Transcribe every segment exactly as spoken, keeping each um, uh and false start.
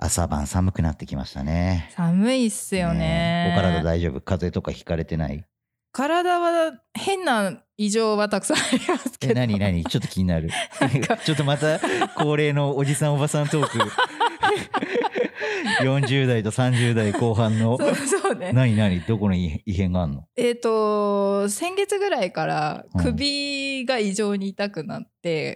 朝晩寒くなってきましたね。 寒いっすよ ね, ね。お体大丈夫？風邪とかひかれてない？ 体は変な異常はたくさんありますけど。 え、何何ちょっと気になるちょっとまた恒例のおじさんおばさんトークよんじゅう代とさんじゅう代後半のそうそうね。 何何どこの異変があんの？ えっと先月ぐらいから首が異常に痛くなって、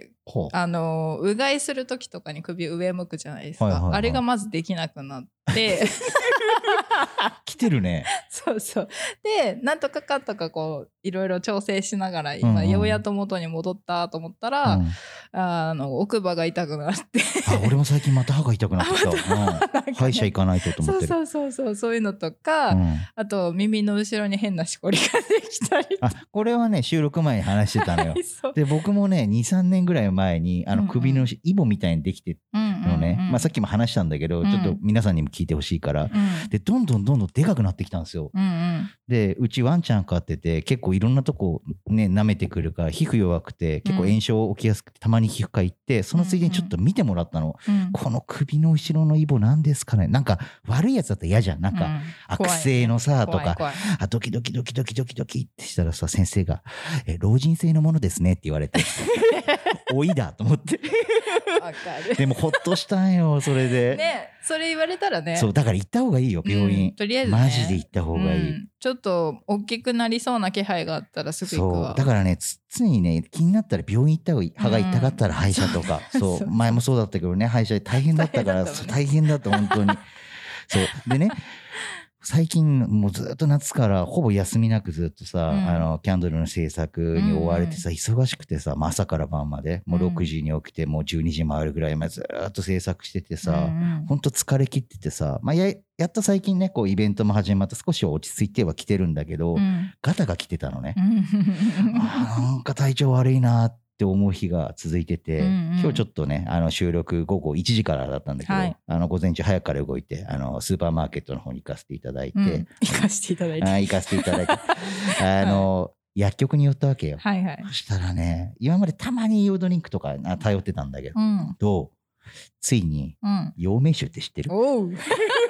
うん、あのうがいする時とかに首上向くじゃないですか、はいはいはい、あれがまずできなくなって来てるね。 そうそうでなんとかかんとかこういろいろ調整しながら今、うんうん、ようやっと元に戻ったと思ったら、うん、あの奥歯が痛くなってあ俺も最近また歯が痛くなってきた、うんね、歯医者行かないとと思ってる。 そうそうそうそうそういうのとか、うん、あと耳の後ろに変なしこりができたり。 あこれはね収録前に話してたのよで僕もね にさんねんぐらい前にあの首のイボみたいにできてるのね、うんうんまあ、さっきも話したんだけど、うん、ちょっと皆さんにも聞いてほしいから、うん、でどんどんどんどんでかくなってきたんですよ、うんうん、でうちワンちゃん飼ってて結構いろんなとこね舐めてくるから皮膚弱くて結構炎症起きやすくてたまに皮膚科行ってそのついでにちょっと見てもらったの、うんうん、この首の後ろのイボなんですかね。なんか悪いやつだったら嫌じゃんなんか、うん、悪性のさとかあドキドキドキドキドキドキってしたらさ先生がえ老人性のものですねって言われておいだと思ってわかるでもほっとしたんよそれでねそれ言われたらねそうだから行った方がいいよ病院、うん、 とりあえず、ね、 マジで行った方がいい、うん、 ちょっと大きくなりそうな気配があったらすぐ行くわ。 そうだからね常にね気になったら病院行った方がいい。歯が痛かったら歯医者とか、うん、そう前もそうだったけどね歯医者大変だったから大変だった本当にそうでね最近もうずっと夏からほぼ休みなくずっとさ、うん、あのキャンドルの制作に追われてさ、うん、忙しくてさ、まあ、朝から晩までもうろくじに起きてもうじゅうにじ回るぐらいまでずっと制作しててさ、うん、ほんと疲れ切っててさ、まあ、や, やっと最近ねこうイベントも始まって少し落ち着いてはきてるんだけど、うん、ガタが来てたのねあなんか体調悪いなってって思う日が続いてて、うんうん、今日ちょっとねあの収録午後いちじからだったんだけど、はい、あの午前中早くから動いてあのスーパーマーケットの方に行かせていただいて、うん、 行かせていただいてあ行かせていただいてあの、はい、薬局に寄ったわけよ、 はいはい、 そしたらね今までたまに栄養ドリンクとか頼ってたんだけど、うん、とついに陽明酒って知ってる？ おうついに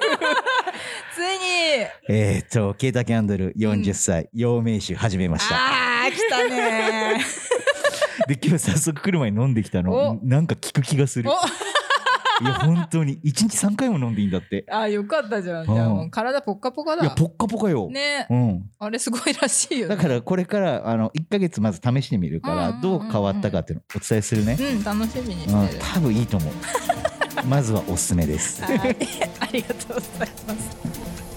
えっとケータキャンドルよんじゅっさい、うん、陽明酒始めました。 あー来たねで今日早速来る前に飲んできたのなんか効く気がするいや本当にいちにちさんかいも飲んでいいんだって。 あよかったじゃん、うん、じゃあもう体ポッカポカだ。 いやポッカポカよね、 うん、 あれすごいらしいよ、ね、 だからこれからあのいっかげつまず試してみるから、うんうんうんうん、どう変わったかっていうのをお伝えするね。 うん楽しみにしてる、うん、 多分いいと思うまずはおすすめですはいありがとうございます。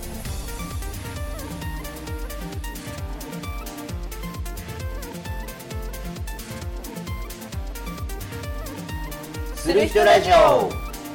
する人ラジオ。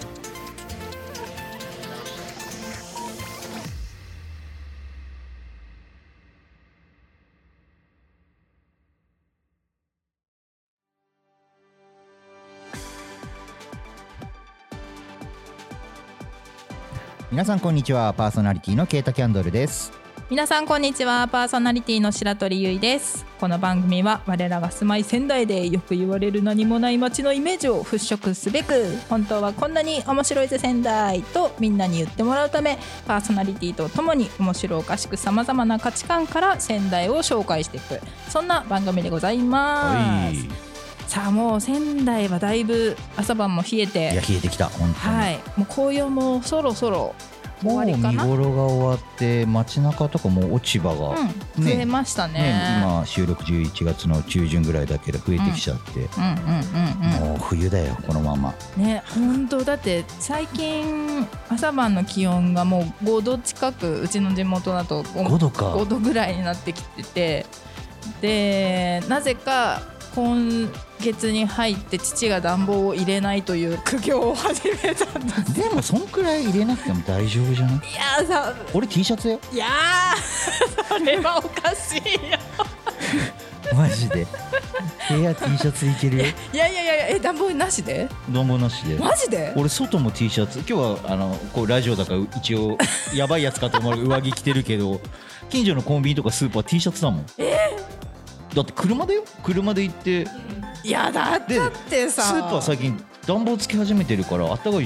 皆さんこんにちは。パーソナリティのケータキャンドルです。 皆さんこんにちは。パーソナリティの白鳥ゆいです。この番組は我らが住まい仙台でよく言われる何もない街のイメージを払拭すべく、本当はこんなに面白いぜ仙台とみんなに言ってもらうため、パーソナリティとともに面白おかしくさまざまな価値観から仙台を紹介していく、そんな番組でございます。さあもう仙台はだいぶ朝晩も冷えて、 いや冷えてきた本当に、 はい、もう紅葉もそろそろもう見頃が終わって街中とかも落ち葉が、 うんね、増えました ね, ね今収録じゅういちがつの中旬ぐらいだけど増えてきちゃって、もう冬だよこのままね。本当だって最近朝晩の気温がもうごど近く、うちの地元だとごどかごどぐらいになってきてて、でなぜか今月に入って父が暖房を入れないという苦行を始めたんです。 でもそんくらい入れなくても大丈夫じゃない？いやさ俺 T シャツよ。 いやそれはおかしいよマジで部屋 T シャツいけるよ。 いやいやいやえ暖房なしで？ 暖房なしで。 マジで？ 俺外も T シャツ、今日はあのこうラジオだから一応やばいやつかと思う上着着てるけど近所のコンビニとかスーパー T シャツだもん。 えー、だって車だよ。車で行って。 いやだってさスーパー最近暖房つけ始めてるからあったかいじゃん。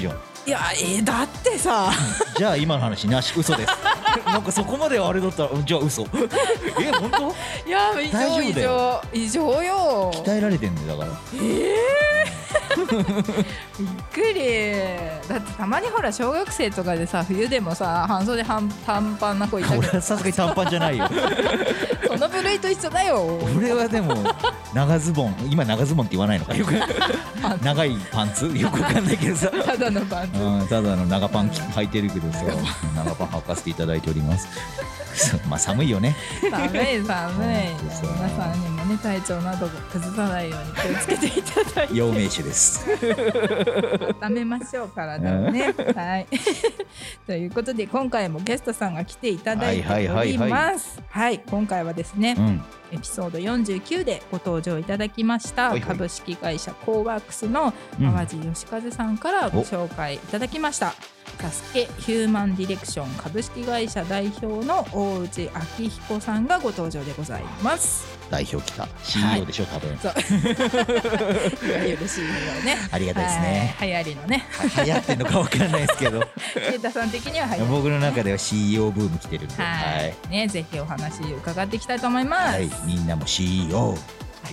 いやえー、だってさじゃあ今の話なし、嘘ですなんかそこまであれだったらじゃあ嘘え本当？ いや異常異常異常よ。 鍛えられてんだよだからえー、びっくり。だってたまにほら小学生とかでさ冬でもさ半袖半短パンな子いたけど俺はさすがに短パンじゃないよその部類と一緒だよ。 俺はでも長ズボン、今長ズボンって言わないのかよく長いパンツよくわかんないけどさただのパンツ、 うん、ただの長パン履いてるけどさ長パン履かせていただいておりますまあ寒いよね。 寒い寒い。皆さんにもね体調など崩さないように気をつけていただいて陽明酒です温めましょう体をねはいということで今回もゲストさんが来ていただいております。はい、はいはいはい、今回はですね、うん、エピソードよんじゅうきゅうでご登場いただきました、はいはい、株式会社コーワークスの淡路義和さんからご紹介いただきました、サスケヒューマンディレクション株式会社代表の大内昭彦さんがご登場でございます。 代表来た シーイーオー でしょ、はい、多分そういわゆる シーイーオー ねありがたいですね、 はい、流行りのね流行ってんのかわからないですけどケイタさん的には流行ってる、 僕の中では シーイーオー ブーム来てるんで、 はい、はい、ね、ぜひお話伺っていきたいと思います、はい、 みんなも シーイーオー、はい、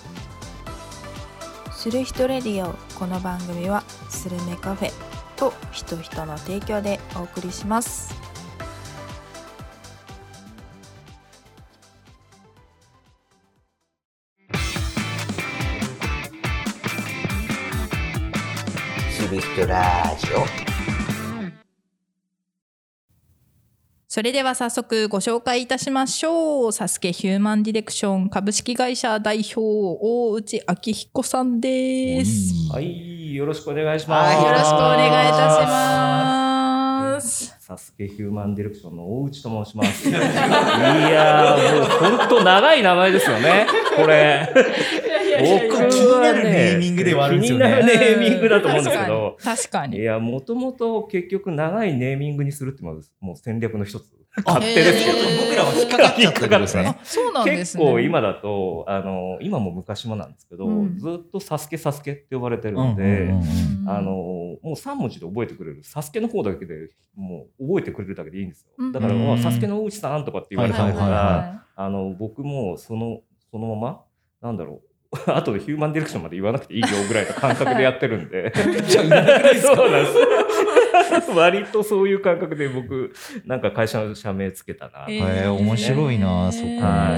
する人レディオ。この番組はスルメカフェと人人の提供でお送りします。 する人ラジオ。 それでは早速ご紹介いたしましょう。サスケヒューマンディレクション株式会社代表大内昭彦さんです。 はい、よろしくお願いします。 はい、よろしくお願いいたします。 サスケヒューマンディレクションの大内と申します。いやー、もう本当長い名前ですよね、これ。僕はね、 気になるネーミングではあるんですよね。 気になるネーミングだと思うんですけど、 確かに。 いや、もともと結局長いネーミングにするってももう戦略の一つ。勝手ですけど、 僕らは引っかかっちゃったんですね。 そうなんですね。 結構今だと、あの、今も昔もなんですけど、うん、ずっとサスケサスケって呼ばれてるので、あの、もうさん文字で覚えてくれる。サスケの方だけでもう覚えてくれるだけでいいんですよ。だから、うん、サスケの大内さんとかって言われたのが、あの、僕もその、そのまま、なんだろう。あとでヒューマンディレクションまで言わなくていいよぐらいの感覚でやってるんで。そうなんです。割とそういう感覚で僕、なんか会社の社名つけたな。 へえ、面白いな、そこ。 はい。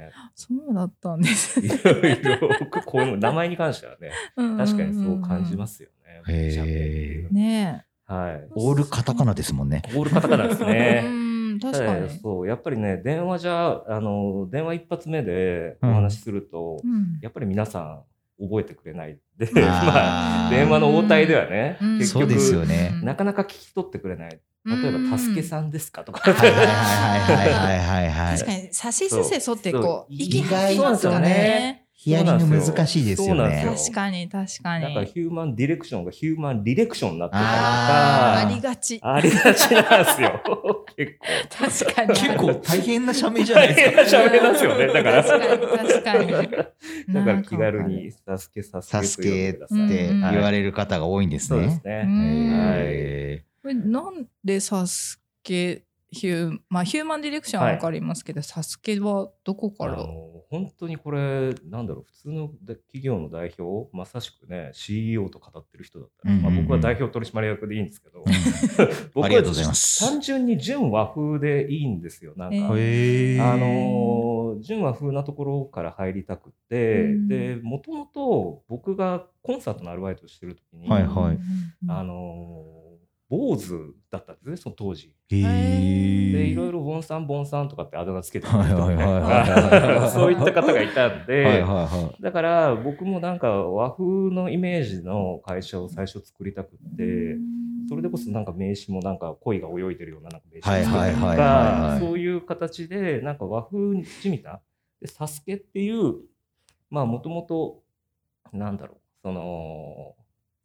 そうだったんです。 いろいろ、こう名前に関してはね、確かにそう感じますよね。 へえ。ねえ。はい。 オールカタカナですもんね。 オールカタカナですね。 確かに。 そうやっぱりね、電話じゃあの電話一発目でお話しすると、うん、やっぱり皆さん覚えてくれないで、まあ電話の応対ではね、うん、結局そうですよね、なかなか聞き取ってくれない。例えば、たすけさんですかとか。 はいはいはいはい。確かに、さしすせそってこう、息がいますよね。 ヒアリング難しいですよね。 確かに確かに。 なんかヒューマンディレクションがヒューマンリレクションになってたりとか。ありがち。 ありがちなんですよ。結構。 確かに。 結構大変な社名じゃないですか。 大変な社名なんですよね。だから。 確かに確かに。 だから気軽にサスケサスケ。 サスケって言われる方が多いんですね。 そうですね。 はい。なんでサスケヒュー、まあ、ヒューマンディレクションは分かりますけど、はい、サスケはどこから？ 本当にこれなんだろう、普通の企業の代表、まさしくね シーイーオー と語ってる人だったら、うんうんうん、まあ、僕は代表取締役でいいんですけど、僕は単純に純和風でいいんですよ。なんか、えー、あの純和風なところから入りたくて、うん、でもともと僕がコンサートのアルバイトしてる時に、はいはい、あの坊主だったんですね、その当時。へでいろいろボンさんボンさんとかってあだ名つけてる人がそういった方がいたんで、はいはいはい、だから僕もなんか和風のイメージの会社を最初作りたくって、それでこそなんか名刺もなんか鯉が泳いでるようななんか名刺を作るとか、そういう形でなんか和風じみたでサスケっていう、まあもともとなんだろう、その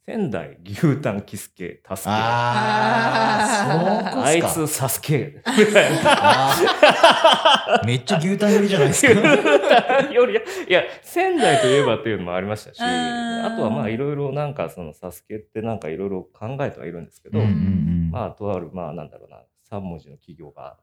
仙台牛タンキスケ助け。 ああ、そうあいつサスケ。 めっちゃ牛タン寄りじゃないですか。 牛タンより、いや、仙台といえばっていうのもありましたし、あとはまあいろいろなんかそのサスケってなんかいろいろ考えてはいるんですけど、 うんうんうん、 まあとある、まあなんだろうな、さん文字の企業があって、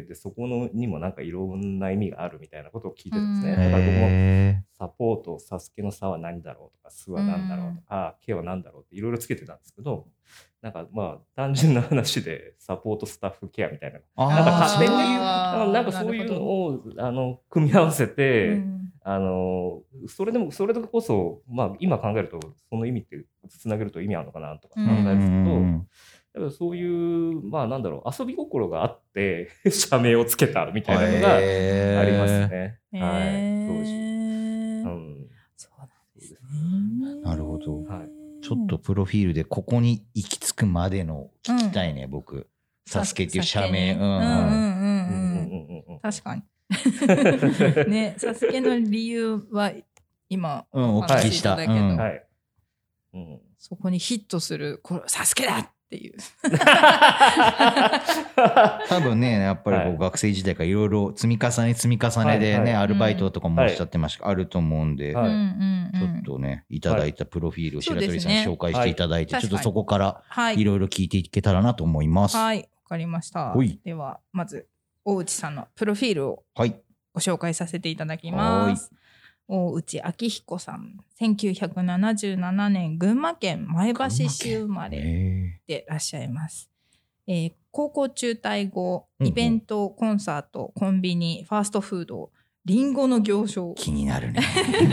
で、そこのにもなんかいろんな意味があるみたいなことを聞いてるんですね。だから僕もサポート、サスケの差は何だろうとか、スは何だろうとか、ケは何だろうっていろいろつけてたんですけど、なんかまあ単純な話でサポートスタッフケアみたいな。なんか勝手に、なんかそういうのをあの組み合わせて、うん、あの、それでも、それでこそ、まあ今考えると、その意味ってつなげると意味あるのかなとか考えるんですけど、うんだからそういう、まあなんだろう、遊び心があって、社名をつけたみたいなのがありますね。 えー、 はい。当時。 うん。そうなんですね。 なるほど。 はい。 ちょっとプロフィールでここに行き着くまでの聞きたいね、うん、僕。サスケっていう社名。 確かに。ね、サスケの理由は今、 うん、お聞きした。 だけど、 うんはいうん、 そこにヒットする、これサスケだっていう。 多分ね、やっぱりこう学生時代からいろいろ積み重ね積み重ねでね、はいはい、アルバイトとかもおっしゃってました、はい、あると思うんで、はい、ちょっとね、いただいたプロフィールを白鳥さんに紹介していただいて、はい、ちょっとそこからいろいろ聞いていけたらなと思います。 はい、わかりました。では、まず、大内さんのプロフィールをご紹介させていただきます。はい大内昭彦さん、せんきゅうひゃくななじゅうななねん群馬県前橋市生まれでいらっしゃいます。えー、高校中退後、イベント、コンサート、コンビニ、ファーストフード、リンゴの行商気になるね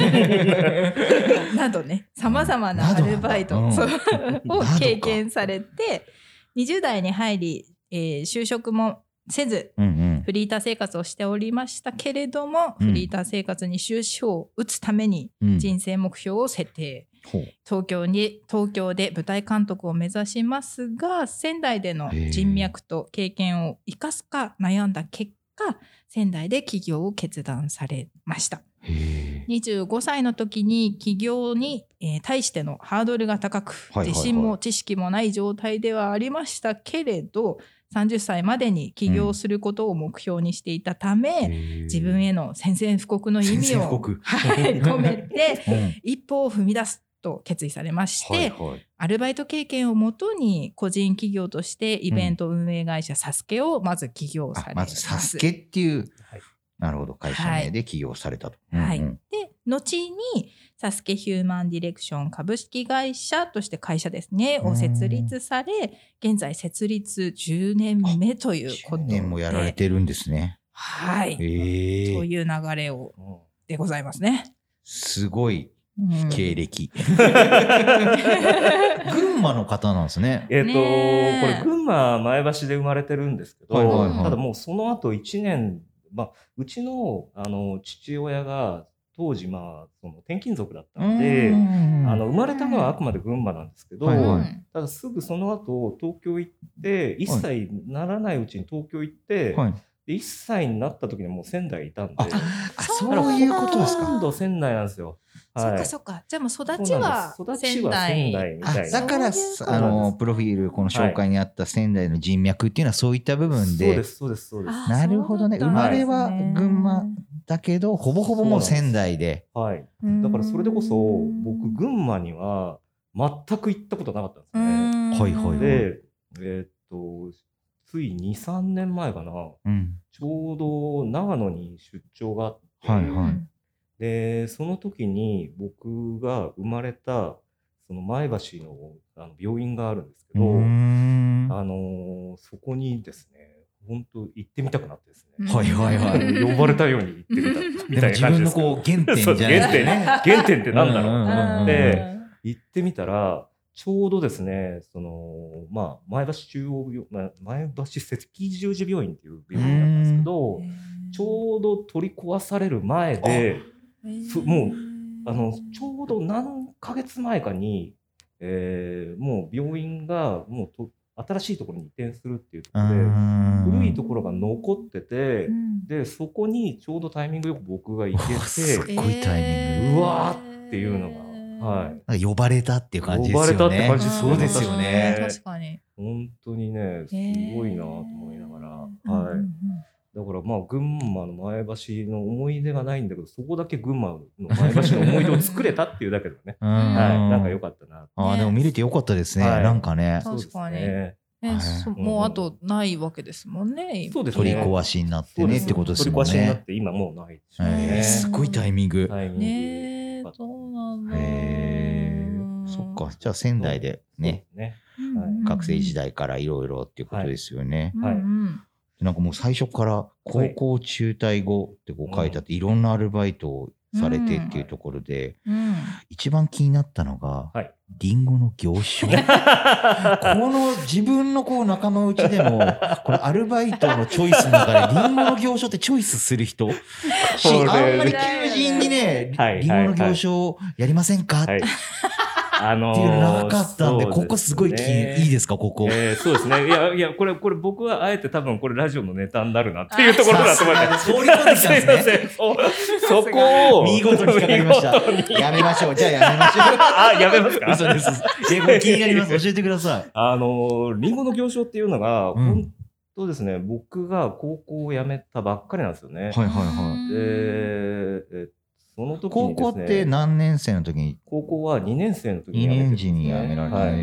などね、さまざまなアルバイト、うん、を経験されて、にじゅう代に入り、えー、就職もせず、うんうん、フリーター生活をしておりましたけれども、うん、フリーター生活に終止符を打つために人生目標を設定、うん、東京に東京で舞台監督を目指しますが、仙台での人脈と経験を生かすか悩んだ結果、仙台で起業を決断されました。にじゅうごさいの時に起業に、えー、対してのハードルが高く、はいはいはい、自信も知識もない状態ではありましたけれど、さんじゅっさいまでに起業することを目標にしていたため、うん、自分への宣戦布告の意味を込めて、うん、一歩を踏み出すと決意されまして、はいはい、アルバイト経験をもとに個人企業としてイベント運営会社サスケをまず起業されます。 まずサスケっていう、はい、なるほど、会社名で起業されたと。 はい。うんうん、で、後にサスケヒューマンディレクション株式会社として会社ですね、を設立され、現在設立じゅうねんめということで。 じゅうねんもやられてるんですね。 はい。えー、という流れを、でございますね。 すごい経歴。うん、群馬の方なんですね。 えっ、ー、と、これ群馬前橋で生まれてるんですけど、はいはいはい、ただもうその後いちねん、まあ、うちの、あの父親が当時、まあ、その転勤族だったので、あの生まれたのはあくまで群馬なんですけど、はいはい、ただすぐその後東京行って、いっさいにならないうちに東京行って、はい、でいっさいになった時にはもう仙台にいたんで、 ああそういうことですか。 ほとんど仙台なんですよ。 はい、そっかそっか。じゃあもう育ちは仙台。 仙台みたいな。 だからあのプロフィールこの紹介にあった仙台の人脈っていうのはそういった部分で。 そうですそうですそうです。 なるほどね。生まれは群馬だけどほぼほぼもう仙台で。 はい。だからそれでこそ僕群馬には全く行ったことなかったんですね。 はいはいはい。 で、えー、っとついに、さんねんまえかな、うん、ちょうど長野に出張があって。はいはい。でその時に僕が生まれたその前橋 の, あの病院があるんですけど、あのそこにですね本当行ってみたくなってですね、 はいはいはい、 呼ばれたように行ってみたみたいな感じですけど、 自分のこう原点じゃないですかね。 原点ってなんだろうと思って行ってみたら、ちょうどですねその、まあ、前橋中央病、まあ、前橋赤十字病院っていう病院なんですけど、ちょうど取り壊される前でもうあのちょうど何ヶ月前かに、えー、もう病院がもうと新しいところに移転するっていうところで古いところが残ってて、うん、でそこにちょうどタイミングよく僕が行けて、 すっごいタイミング、 うわーっていうのがはい、 なんか呼ばれたっていう感じですよね。 呼ばれたって感じそうですよね。 確かに本当にねすごいなと思いながら、はい、だからまあ群馬の前橋の思い出がないんだけど、そこだけ群馬の前橋の思い出を作れたっていうだけでね、はい、なんか良かったな。 ああでも見れて良かったですね。 はい、 なんかね。 確かに。 ねえそもうあとないわけですもんね。 そうですね。 取り壊しになってねってことですもんね。 取り壊しになって今もうないですね。 すごいタイミング。 タイミング。 ねえ、そうなんだ。 へー、そっか。じゃあ仙台でね、 ね、 はい、学生時代からいろいろっていうことですよね。 はい。 なんかもう最初から高校中退後ってこう書いてあって、いろんなアルバイトをされてっていうところで、一番気になったのが、リンゴの行商。この自分のこう仲間内でも、このアルバイトのチョイスの中でリンゴの行商ってチョイスする人し、あんまり求人にね、リンゴの行商やりませんか、はいあのー、 っていうのなかったんで、ここすごい気に、いいですか、ここ。 えー、そうですね。いや、いや、これ、これ僕はあえて多分これラジオのネタになるなっていうところだと思います。 放り込んできたんですね。 そこを。 見事に引っかかりました。やめましょう。じゃあやめましょう。 あ、やめますか？ 嘘です。え、これ気になります。教えてください。 あの、リンゴの行商っていうのが、うん、本当ですね、僕が高校を辞めたばっかりなんですよね。 はいはいはい。 で、えその時にですね、 高校って何年生の時に？ 高校はにねん生の時に辞めて、にねん時に辞められた、 はい。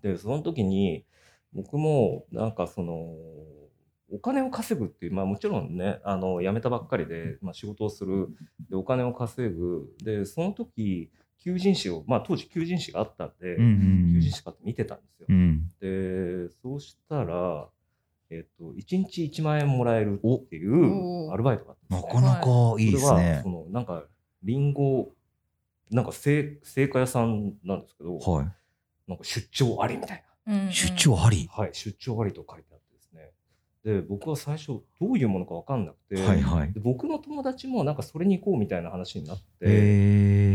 で、その時に、僕も、なんかその、お金を稼ぐっていう、まあもちろんね、あの、辞めたばっかりで、まあ仕事をする、で、お金を稼ぐ、で、その時、求人誌を、まあ当時求人誌があったんで、うんうん、求人誌買って見てたんですよ。うん、で、そうしたら、えっと、いちにちいちまんえんもらえるっていうアルバイトがあったんですね。 なかなかいいですね。 それは、その、なんか、リンゴ、なんか青、青果屋さんなんですけど、はい、なんか出張ありみたいな。 うんうん、出張ありはい、出張ありと書いてあってですね。で、僕は最初、どういうものか分かんなくて、 はいはい、 で僕の友達もなんかそれに行こうみたいな話になって、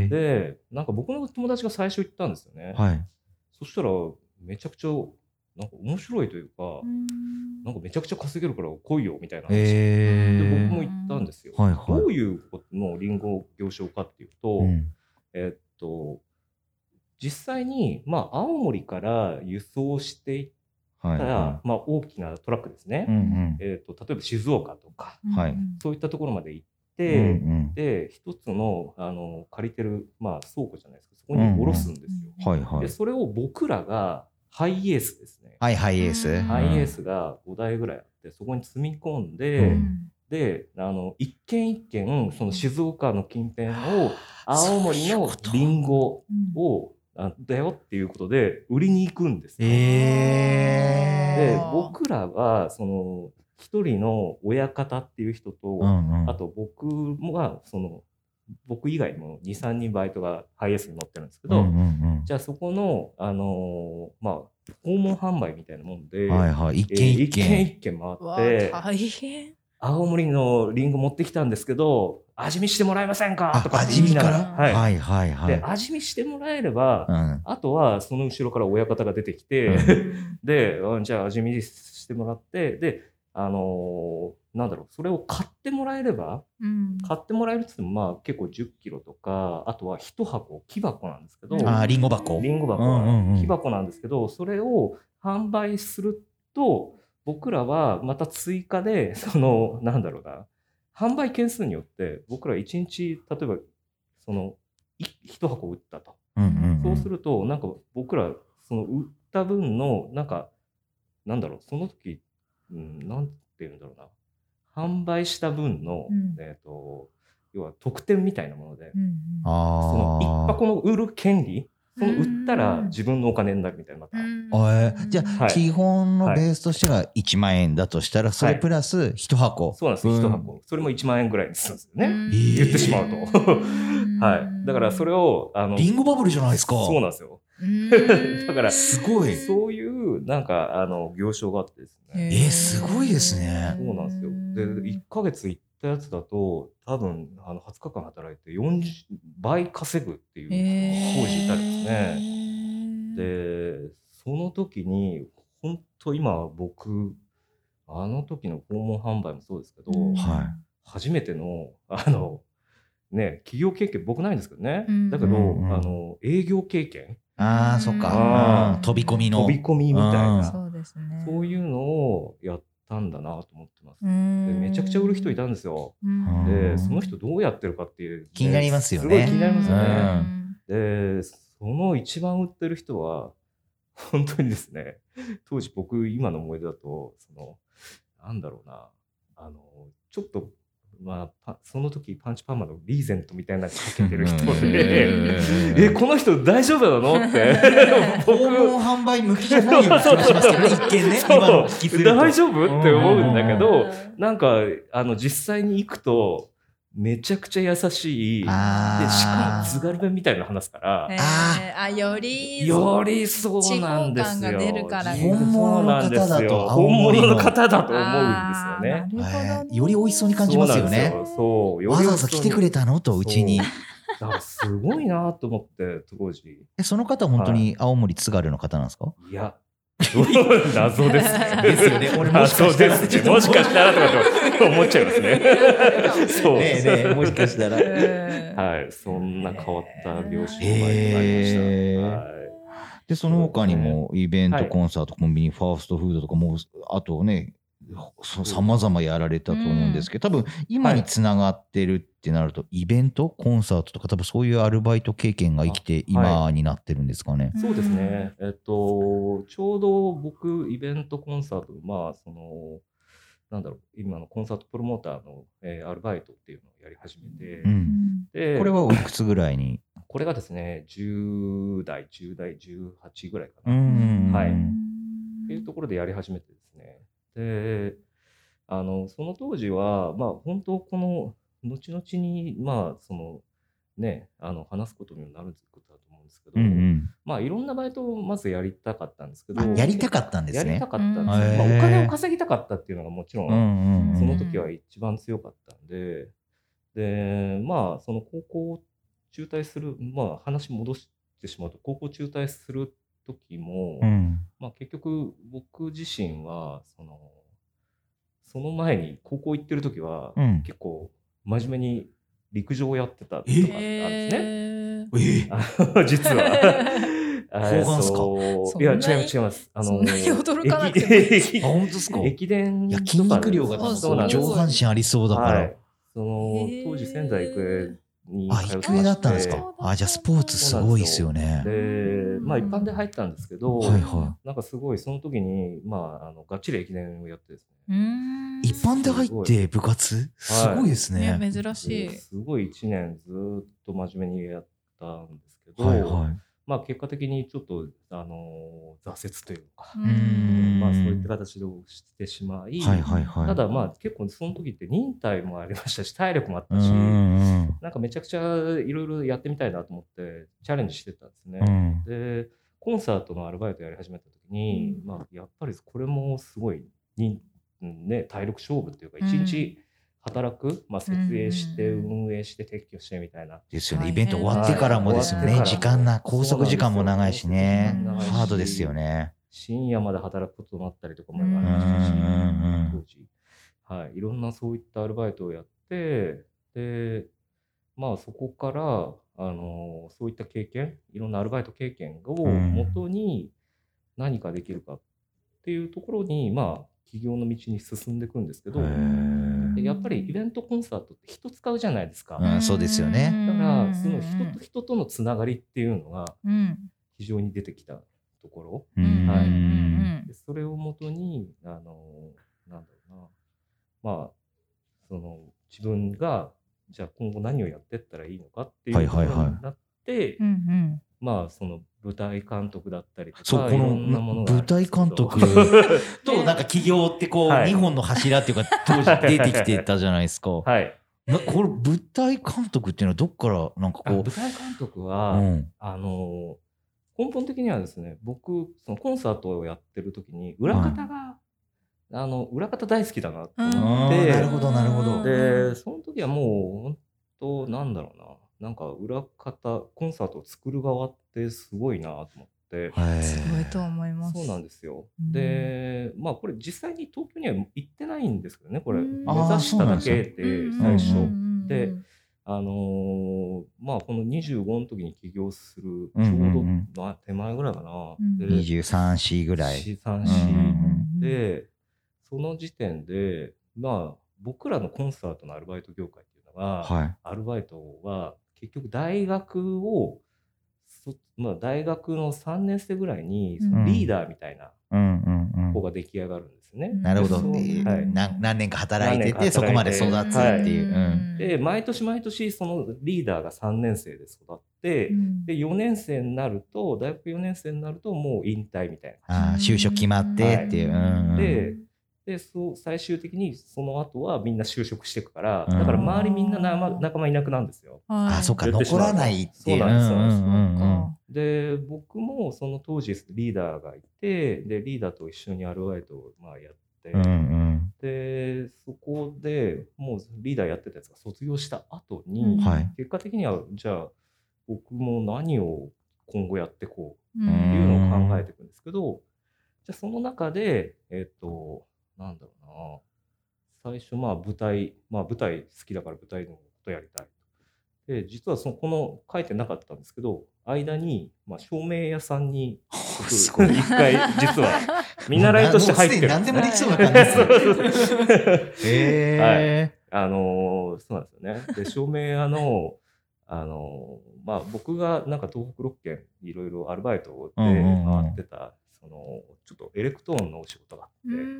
で、なんか僕の友達が最初行ったんですよね。はい、そしたら、めちゃくちゃ、なんか面白いというか、なんかめちゃくちゃ稼げるから来いよみたいな話で僕も行ったんですよ。はいはい、どういうことのリンゴ行商かっていうと、うん、えっと実際にまあ青森から輸送していったら、はいはい、まあ大きなトラックですね。うんうん、えっと例えば静岡とか、はい、そういったところまで行って、うんうん、で一つのあの借りてるまあ倉庫じゃないですか、そこに下ろすんですよ。うんうん、はいはい、でそれを僕らがハイエースですね。 はい、ハイエース。 ハイエースがごだいぐらいあって、そこに積み込んで、うん、で、あの、一軒一軒、その静岡の近辺を、青森のリンゴを、あだよっていうことで、売りに行くんです。えー、で、僕らは、その、一人の親方っていう人と、うんうん、あと僕が、その、僕以外もに、さんにんバイトがハイエースに乗ってるんですけど、うんうんうん、じゃあそこの、あのー、まあ、訪問販売みたいなもんで、 はいはい、一軒一軒、 えー、一軒一軒回って、大変。青森のリンゴ持ってきたんですけど、味見してもらえませんかとか味見から、 はい、 はいはいはい。 で、味見してもらえれば、うん、あとはその後ろから親方が出てきて、うん、で、じゃあ味見してもらって、で、あのー、なんだろう、それを買ってもらえれば、うん、買ってもらえるって言っても、まあ結構じゅっキロとか、あとは一箱、木箱なんですけど、 あ、リンゴ箱。 リンゴ箱は木箱なんですけど、うんうんうん、それを販売すると、僕らはまた追加で、その、なんだろうな、販売件数によって、僕らいちにち、例えば、その、一箱売ったと。うんうんうん、そうすると、なんか僕ら、その売った分の、なんか、なんだろう、その時、うん、なんていうんだろうな、販売した分の、うん、えっと、要は特典みたいなもので、うん、その一箱の売る権利、その売ったら自分のお金になるみたいな。またえー、じゃあ、はい、基本のベースとしてはいちまんえんだとしたら、それプラス一箱。 はい、そうなんです、一箱。それもいちまんえんぐらいにするんですよね。言ってしまうと。はい。だからそれを、あの、 リンゴバブルじゃないですか。 そうなんですよ。だから、 すごい。 そういう、なんか、あの、業種があってですね。 えー、すごいですね。 そうなんですよ。で、いっかげつ行ったやつだと、多分、あの、はつかかん働いてよんじゅうばい稼ぐっていう工事いたりですね。で、その時に、本当今、僕、あの時の訪問販売もそうですけど、はい、初めての、あの、 ね、企業経験僕ないんですけどね、 うん、 だけど、 うんうん、 あの営業経験、 ああそっか、うん、飛び込みの飛び込みみたいな、 そうですね、 そういうのをやったんだなと思ってます。でめちゃくちゃ売る人いたんですよ。でその人どうやってるかっていう、ね、 気になりますよね。 すごい気になりますよね。でその一番売ってる人は本当にですね、当時僕今の思い出だとそのなんだろうな、あのちょっとまあ、その時パンチパーマのリーゼントみたいなのかけてる人でえこの人大丈夫なのって訪問販売向きじゃないような気がしますけどね、一見ね、今の聞きすると大丈夫って思うんだけど、なんかあの実際に行くとめちゃくちゃ優しいで、しかも津軽弁みたいなの話すから、 えー、あよりよりそうなんですよ。 地方感が出るから本物の方だと本物の方だと思うんですよね。 えー、より美味しそうに感じますよね。 そう、 わざわざ来てくれたのとうちに。 だからすごいなと思って当時。 えその方本当に青森津軽の方なんですか？ いや。謎ですね。 ですよね。俺もしかしたら、 ね、もしかしたらとか思っちゃいますね。そうねえねえ、もしかしたら。 はい、そんな変わった業種がありました。はい、 でその他にもイベント、コンサート、コンビニ、ファーストフードとかもあとね。さまざまやられたと思うんですけど、多分今につながってるってなると、はい、イベントコンサートとか多分そういうアルバイト経験が生きて今になってるんですかね。 はい、そうですね、えっと、ちょうど僕イベントコンサート、まあそのなんだろう、今のコンサートプロモーターの、えー、アルバイトっていうのをやり始めて、 うん、でこれはおいくつぐらいに？これがですねじゅう代じゅう代じゅうはちぐらいかな、はい、っていうところでやり始めてですね、であのその当時は、まあ、本当この後々に、まあそのね、あの話すことになることだと思うんですけど、うんうん、まあ、いろんなバイトをまずやりたかったんですけど、 やりたかったんですね。 やりたかったんです、まあ、お金を稼ぎたかったっていうのがもちろんその時は一番強かったんで、でまあその高校を中退する、まあ、話戻してしまうと高校中退する時も、うん、まあ、結局僕自身はそのその前に高校行ってる時は、うん、結構真面目に陸上をやってたとかあるんですね。えー、実は。 砲丸ですか？いや違います違います。あの驚かなくても。本当ですか？ 駅伝いや筋肉量が上半身ありそうだから。はい、 その当時仙台育英にあ、育英だったんですか。あ、じゃあスポーツすごいですよね。 で、まあ一般で入ったんですけど、 はいはい、 なんかすごいその時にまああのがっちり駅伝をやってですね。 一般で入って部活すごいですね。 はい、ね、珍しい。 すごいいちねんずっと真面目にやったんですけど、はいはい、まあ結果的にちょっとあの挫折というか、うんまあそういった形でしてしまい、はいはいはい、ただまあ結構その時って忍耐もありましたし体力もあったし、なんかめちゃくちゃいろいろやってみたいなと思ってチャレンジしてたんですね。うん、でコンサートのアルバイトやり始めた時に、うんまあ、やっぱりこれもすごい忍ね、体力勝負っていうか、一日働く、うんまあ、設営して、運営して、撤去してみたいな。 ですよね。イベント終わってからもですよね。時間な、拘束時間も長いしね。ハードですよね。 深夜まで働くこともあったりとかもありましたし、当時。はい。いろんなそういったアルバイトをやって、で、まあそこから、あの、そういった経験、いろんなアルバイト経験をもとに何かできるかっていうところに、まあ、企業の道に進んでいくんですけど、やっぱりイベントコンサートって人使うじゃないですか。 うん、そうですよね。 だからその人と人とのつながりっていうのが非常に出てきたところ、うんはい、でそれをもとにあのなんだろうな、まあその自分がじゃあ今後何をやっていったらいいのかっていうところになって、まあその舞台監督だったりとか、 そうこの舞台監督となんか起業ってこうにほんの柱っていうか当時出てきてたじゃないですか。はい。なこれ舞台監督っていうのはどっからなんかこう。 舞台監督は、うん、あの根本的にはですね、僕そのコンサートをやってる時に裏方が、はい、あの裏方大好きだなと思って、 なるほどなるほど。 でその時はもう本当なんだろうな。なんか裏方コンサートを作る側ってすごいなと思って、 すごいと思います。 そうなんですよ。うん、でまあこれ実際に東京には行ってないんですけどね、これ目指しただけで最初で、 あのー、まあこのにじゅうごの時に起業するちょうど手前ぐらいかな、 うんうんうん、にじゅうさん、よんぐらいにじゅうさん、よんでその時点でまあ僕らのコンサートのアルバイト業界っていうのは、はい、アルバイトは結局大学をまあ、大学のさんねん生ぐらいにそのリーダーみたいな子が出来上がるんですね。 うんうんうん、なるほど、はい、何, 何年か働いててそこまで育つっていう、はいうん、 で毎年毎年そのリーダーがさんねん生で育って、うん、でよねん生になると大学よねん生になるともう引退みたいな、 あ就職決まってっていう、はいうんうん、 ででそう最終的にその後はみんな就職していくからだから周りみんな仲間、仲間いなくなるんですよ。 ああそうか残らないっていう。 そうなんですよ、うんうんうん、で僕もその当時リーダーがいてでリーダーと一緒にアルバイトをまあやって、うんうん、でそこでもうリーダーやってたやつが卒業した後に、うん、結果的にはじゃあ僕も何を今後やっていこうっていうのを考えていくんですけど、うん、じゃあその中でえっとなんだろうな最初まあ舞台まあ舞台好きだから舞台のことやりたいで実はそのこの書いてなかったんですけど間にまあ照明屋さんに一回実は見習いとして入ってるんですね。何でもできそうな感じですへー、はい、あのそうなんですよね。で照明屋のあのまあ僕がなんか東北ろっけんいろいろアルバイトで回ってた、うんうんうんそのちょっとエレクトーンのお仕事があって、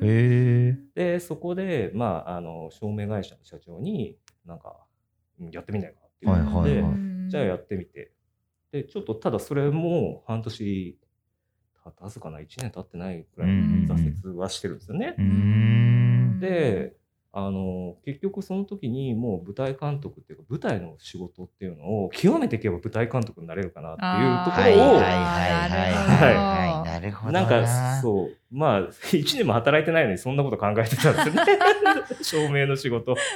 でそこで、まあ、あの照明会社の社長になんかやってみないかっていうので、はいはいはい、じゃあやってみてでちょっとただそれも半年経つかないちねん経ってないくらい挫折はしてるんですよね。であの結局その時にもう舞台監督っていうか舞台の仕事っていうのを極めていけば舞台監督になれるかなっていうところをなるほどなんかそうまあいちねんも働いてないのにそんなこと考えてたんですよね照明の仕事、うん、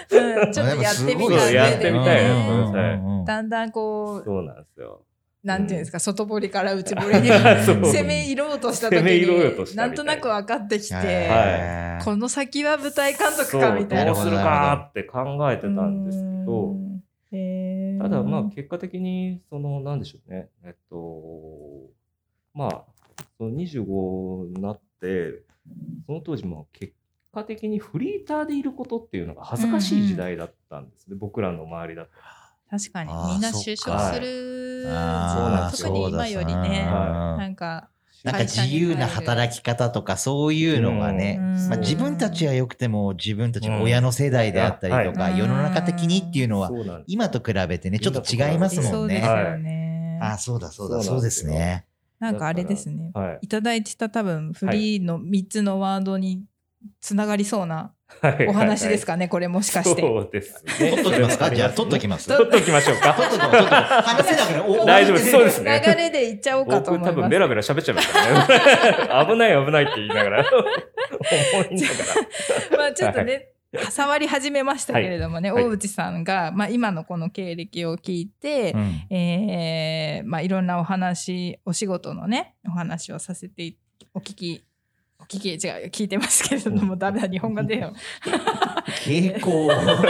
ちょっとやってみたいやってみたいな、 はい、だんだんこうそうなんですよなんていうんですか、うん、外堀から内堀に攻め入ろうとした時になんとなく分かってきて、はい、この先は舞台監督かみたいなどうするかって考えてたんですけどへただまあ結果的にそのなんでしょうねえっとまあそのにじゅうごになってその当時も結果的にフリーターでいることっていうのが恥ずかしい時代だったんですね、うんうん、僕らの周りだと。 確かにみんな就職する、はい、特に今よりね、はい、なんかなんか自由な働き方とかそういうのがね、うんまあ、自分たちは良くても自分たちの親の世代であったりとか、うん、世の中的にっていうのは今と比べてねちょっと違いますもんね。そうですよね。あ、そうだそうだそうですね。 なんかあれですね、はい、いただいてた多分フリーのみっつのワードにつながりそうなお話ですかね、はいはいはい、これもしかして。 そうですね。 取っときますかじゃあ取っときます。 取っときましょうか。 取っときましょう。話せなくて大丈夫です。そうですね。 流れでいっちゃおうかと思います。 僕多分ベラベラ喋っちゃいましたね。危ない危ないって言いながら思いながら。まあちょっとね、はい、触り始めましたけれどもね、はい、大内さんが、まあ、今のこの経歴を聞いて、うんえーまあ、いろんなお話お仕事のねお話をさせてお聞きお聞き違う聞いてますけれども、ダメだ日本語でよ傾向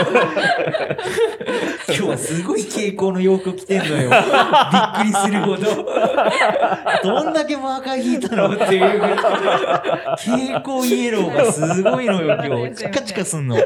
今日はすごい傾向の洋服着てんのよびっくりするほどどんだけマーカー引いたのっていう傾向イエローがすごいのよ今日チカチカすんの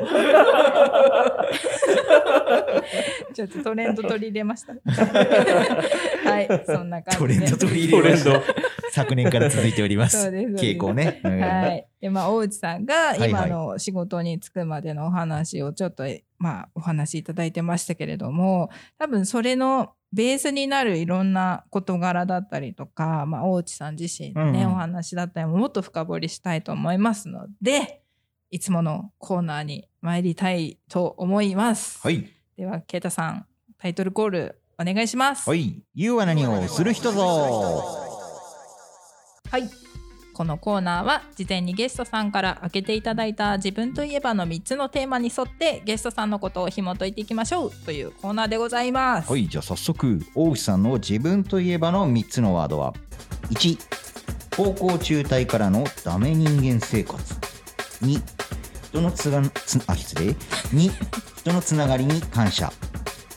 ちょっとトレンド取り入れましたはいそんな感じでトレンド取り入れました昨年から続いております傾向ね、うん、 はいでまあ大内さんが今の仕事に就くまでのお話をちょっと、はいはい、まあお話いただいてましたけれども多分それのベースになるいろんな事柄だったりとか、まあ、大内さん自身のね、うん、お話だったりももっと深掘りしたいと思いますのでいつものコーナーに参りたいと思います、 はい、 ではケイタさんタイトルコールお願いします。 はい、Youは何をする人ぞ。 はい、このコーナーは事前にゲストさんから挙げていただいた自分といえばのみっつのテーマに沿ってゲストさんのことを紐解いていきましょうというコーナーでございます。 はい、じゃあ早速大内さんの自分といえばのみっつのワードはいち高校中退からのダメ人間生活に人のつがつあ失礼に人のつながりに感謝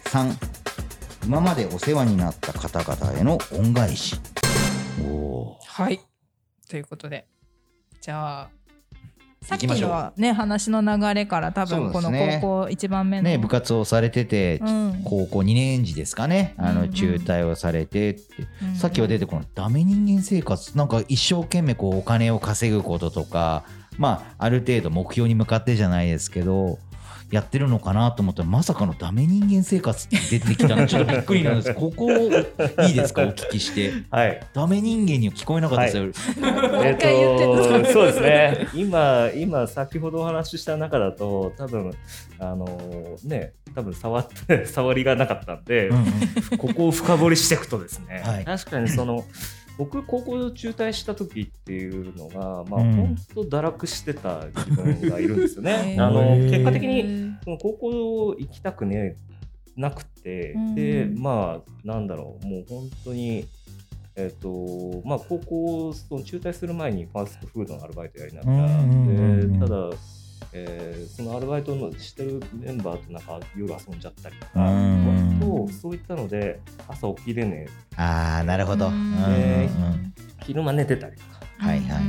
さん今までお世話になった方々への恩返し。おはいということでじゃあさっきのね話の流れから多分この高校いちばんめの、 ね、部活をされてて、 うん、 高校にねん時ですかね、あの中退をされてって、うんうん、さっきは出てこのダメ人間生活なんか一生懸命こうお金を稼ぐこととか、まあある程度目標に向かってじゃないですけどやってるのかなと思ったらまさかのダメ人間生活って出てきたのちょっとびっくりなんですここいいですかお聞きして、はい、ダメ人間には聞こえなかったですよ、はいえー、とそうですね今今先ほどお話しした中だと多分あのね多分触って触りがなかったんで、うんうん、ここを深掘りしていくとですね、はい、確かにその僕高校中退した時っていうのが、まあ、本当堕落してた自分がいるんですよね。あの結果的にその高校行きたくねなくて、でまあなんだろうもう本当にえっとまあ高校その中退する前にファーストフードのアルバイトやりながら、でただえー、そのアルバイトのしてるメンバーとなんか夜遊んじゃったりとか、とそういったので朝起きれねえ。 あーなるほど。 で昼間寝てたりとか、 はいはい、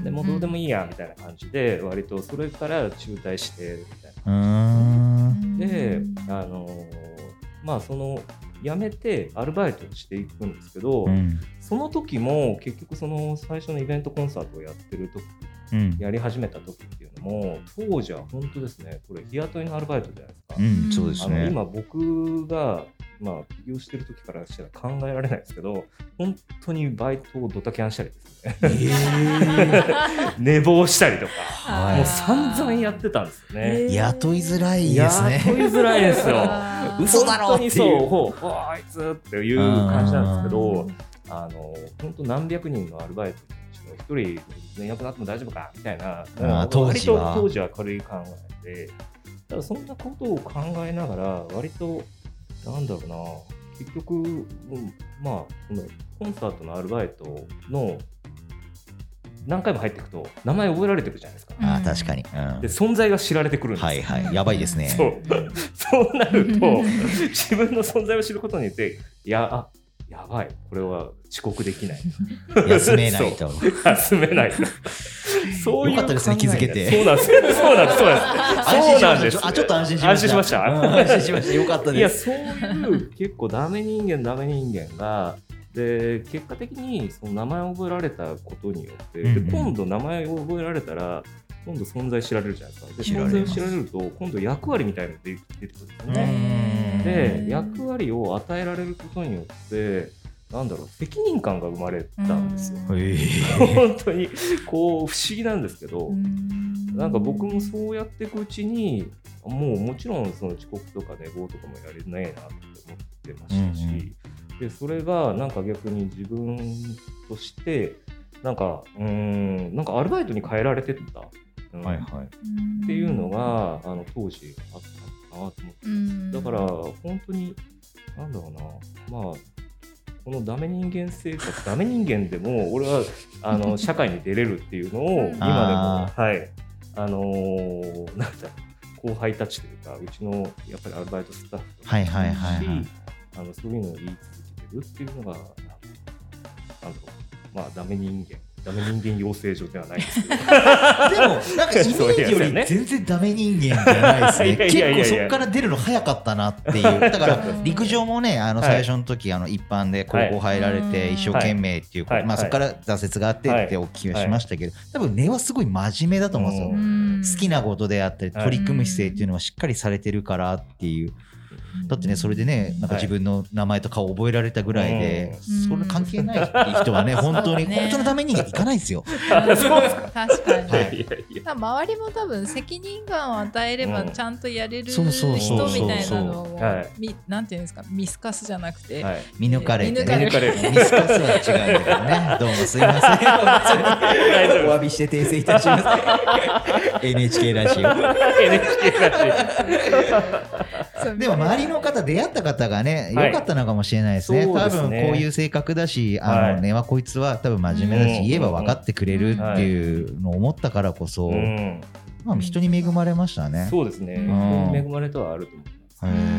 でもうどうでもいいやみたいな感じで割とそれから中退してみたいな。であのまあその辞めてアルバイトをしていくんですけど、うん、その時も結局その最初のイベントコンサートをやってる時、うん、やり始めた時っていうのも当時は本当ですねこれ日雇いのアルバイトじゃないですか、 うん、そうですね、 あの今僕がまあ起業してる時からしたら考えられないですけど本当にバイトをドタキャンしたりですね、えー、寝坊したりとかもう散々やってたんですよね。 雇いづらいですね。 雇いづらいですよ嘘だろっていうそう、あいつっていう感じなんですけど、あの本当何百人のアルバイトの一人いなくなっても大丈夫かみたいな、 当時は当時は軽い考えで、ただそんなことを考えながら割となんだろうな結局、うん、まあそのコンサートのアルバイトの何回も入っていくと名前覚えられてくるじゃないですか。 あ確かに、 うん、で存在が知られてくるんですよ。 はいはいやばいですね。 そうそうなると自分の存在を知ることによっていやあやばいこれは遅刻できない休めないと休めないとそういうよかったですね気づけて。 そうなんですそうなんですそうなんですあちょっと安心しました。 安心しました、 うん、安心しましたよかったです。 いやそういう結構ダメ人間ダメ人間がで結果的にその名前を覚えられたことによって、うんうん、で今度名前を覚えられたら今度存在知られるじゃないですか。で存在を知られると今度役割みたいなのが出てくるんですよね。で役割を与えられることによってなんだろう責任感が生まれたんですよ。本当にこう不思議なんですけど、なんか僕もそうやっていくうちにもうもちろんその遅刻とか寝坊とかもやれないなって思ってましたし、うんうんでそれがなんか逆に自分としてなんかうーんなんかアルバイトに変えられてった、うんはいはい、っていうのがあの当時あったかなと思ってます。だから本当になんだろうなまあこのダメ人間生活ダメ人間でも俺はあの社会に出れるっていうのを今でもはいあのー、なんだ後輩たちというかうちのやっぱりアルバイトスタッフとかはいはいはいはいあのそういうのを言い続けてるっていうのがなんだろうまあダメ人間ダメ人間養成所ではないですけどでもなんかイメージより全然ダメ人間じゃないですね結構そこから出るの早かったなっていうだから陸上もねあの最初の時あの一般で高校入られて一生懸命っていうまあそこから挫折があってってお聞きはしましたけど多分根はすごい真面目だと思うんですよ。好きなことであったり取り組む姿勢っていうのはしっかりされてるからっていうだってねそれでねなんか自分の名前と顔覚えられたぐらいで、はい、それ関係ないっていう人はね本当に本当のためにいかないですよ。 確かに、はい、周りも多分責任感を与えればちゃんとやれる人みたいなのをなんていうんですか見透かすじゃなくて、はい、 見抜かれて、ね、見透かすは違うんだけどねどうもすいませんお詫びして訂正いたしますエヌエイチケー ラジオエヌエイチケー ラジオでも周りの方出会った方がね良かったのかもしれないですね、はい、多分こういう性格だしあの根はこいつは多分真面目だし、うん、言えば分かってくれるっていうのを思ったからこそ、うんまあ、人に恵まれましたね。 そうですね、うん、恵まれとはあると思います。 へ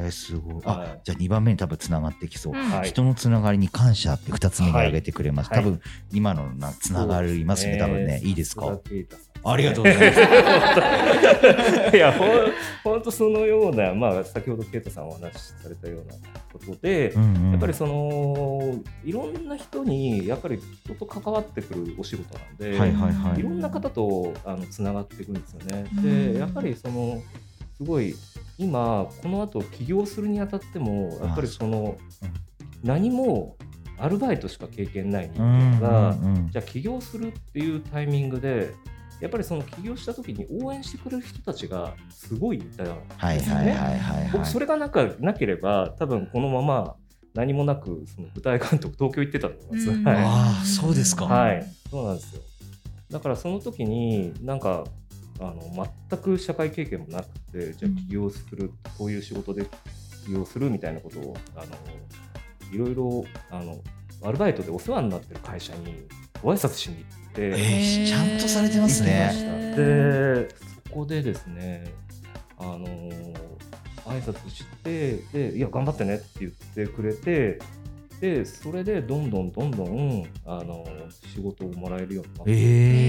れすごい。 はいあ、じゃあにばんめに多分つながってきそう、 うんはい人のつながりに感謝ってふたつめに挙げてくれます、 はい多分今のなつながりますね、多分ね。いいですか。 さすが啓太さんありがとうございますいやほんほんとそのような、まあ、先ほど啓太さんお話しされたようなことで、 うんうんやっぱりそのいろんな人にやっぱり人と関わってくるお仕事なんで、 はいはいはいいろんな方とあのつながっていくんですよね。 うんでやっぱりそのすごい今この後起業するにあたってもやっぱりその何もアルバイトしか経験ない人間が、 うんうんうんじゃあ起業するっていうタイミングでやっぱりその起業した時に応援してくれる人たちがすごいいたんですよね。 はいはいはいはいはい僕それがなかなければ多分このまま何もなくその舞台監督東京行ってたと思います。 うんはいああそうですか、 はい、そうなんですよ。だからその時になんかあの全く社会経験もなくて、じゃあ起業する、こういう仕事で起業するみたいなことをあのいろいろあのアルバイトでお世話になってる会社にご挨拶しに行って、 えー、ちゃんとされてます行きまね。 した。でそこでですねあの挨拶してでいや頑張ってねって言ってくれて。でそれでどんどんどんどんあの仕事をもらえるようになって、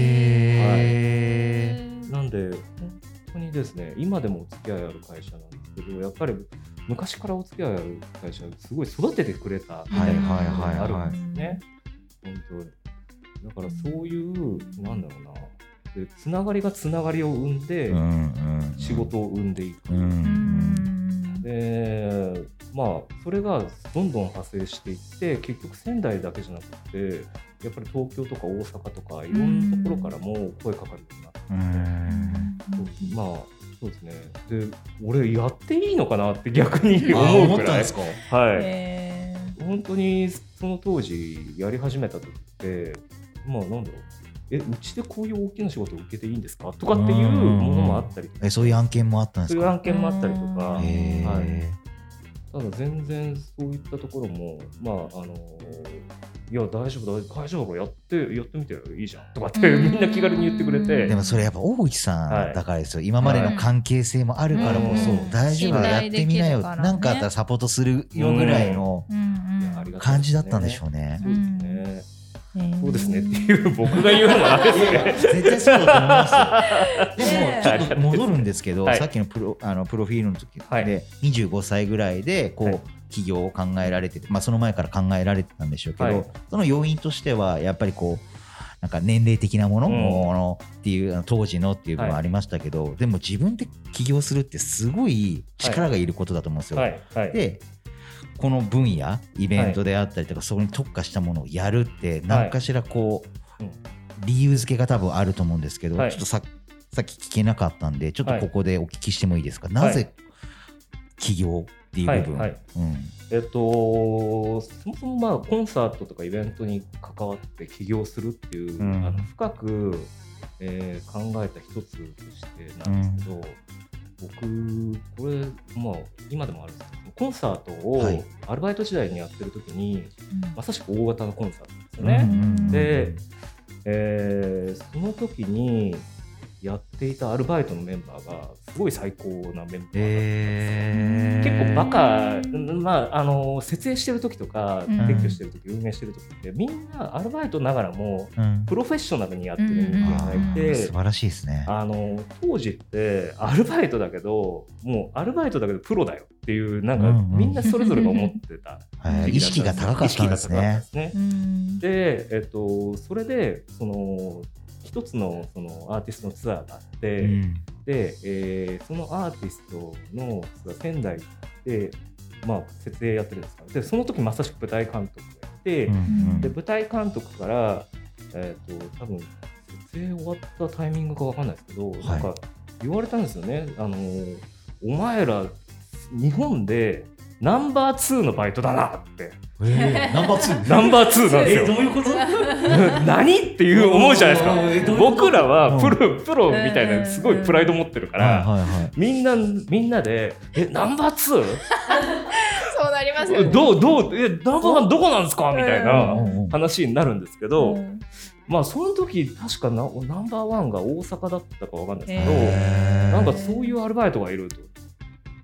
えーなんで本当にですね今でもお付き合いある会社なんですけどやっぱり昔からお付き合いある会社すごい育ててくれたみたいなことがあるんですね。本当にだからそういうなんだろうなでつながりがつながりを生んで、 うんうんうん、 仕事を生んでいく。 うんうんでまあそれがどんどん派生していって結局仙台だけじゃなくてやっぱり東京とか大阪とかいろんなところからも声かかるようになって、 うんまあそうですね。で俺やっていいのかなって逆にあ思うくらい思ったんですか。 はい、 え本当にその当時やり始めた時ってまあなんだろうえうちでこういう大きな仕事を受けていいんですかとかっていうものもあったりとかえそういう案件もあったんですか。 そういう案件もあったりとか、 へーはい、ただ全然そういったところもまああのいや大丈夫大丈夫大丈夫やってやってみていいじゃんとかってみんな気軽に言ってくれて、 でもそれやっぱ大内さはいんだからですよ、今までの関係性もあるからこそ、 うん大丈夫やってみなよ、 信頼できるからねなんかあったらサポートするよぐらいのうんうんいやありがたいですね感じだったんでしょうね。 そうですね、 えーそうですねっていう僕が言うのもあれですね絶対そうだと思いますよ。でもねちょっと戻るんですけど、 はいさっきのプロあのプロフィールの時で、 はいにじゅうごさいぐらいでこう、 はい起業を考えられてて、まあ、その前から考えられてたんでしょうけど、 はいその要因としてはやっぱりこうなんか年齢的なもの、 うんものっていうあの当時のっていう部分はありましたけど、でも自分で起業するってすごい力がいることだと思うんですよ。 はいはいでこの分野イベントであったりとか、そこに特化したものをやるって何かしらこう、 うん理由付けが多分あると思うんですけど、 はいちょっとささっき聞けなかったんでちょっとここでお聞きしてもいいですか、なぜ起業っていう部分、 はいはいうんえっと、そもそもまあコンサートとかイベントに関わって起業するっていう、 うんあの深く、えー考えた一つとしてなんですけど、僕これ、まあ、今でもあるんですけどコンサートをはいアルバイト時代にやってる時に、 うんまさしく大型のコンサートですよね。 うんで、えーその時にやっていたアルバイトのメンバーがすごい最高なメンバーだったんですよ。 えー、 結構バカ、まあ、あの設営してる時とかうん撤去してる時、運営してる時ってみんなアルバイトながらもうんプロフェッショナルにやってる人間がいあーて、 素晴らしいですね。 あの当時ってアルバイトだけどもうアルバイトだけどプロだよっていうなんか、 うんうんみんなそれぞれが思ってたはい意識が高かったんです意識が高かったねですね。 うんで、えっと、それでその一つのそのアーティストのツアーがあって、 うんで、えーそのアーティストの仙台で、まあ、設営やってるんですからでその時まさしく舞台監督がいて、 うんうんで舞台監督から、えー、と多分設営終わったタイミングか分かんないですけど、 いなんか言われたんですよね。あのお前ら日本でナンバーツーのバイトだなってえーナンバーツーナンバーツーなんですよ。 えどういうこと何っていう思うじゃないですか。 えどういうこと僕らはプうロプロみたいなすごいプライド持ってるから、 はいはいはいみんなみんなでえナンバーツーそうなりますよね。 どうどうえナンバーワンどこなんですかみたいなうんうん話になるんですけど、 うんまあその時確かなナンバーワンが大阪だったかわかんないですけど、 へーなんかそういうアルバイトがいると。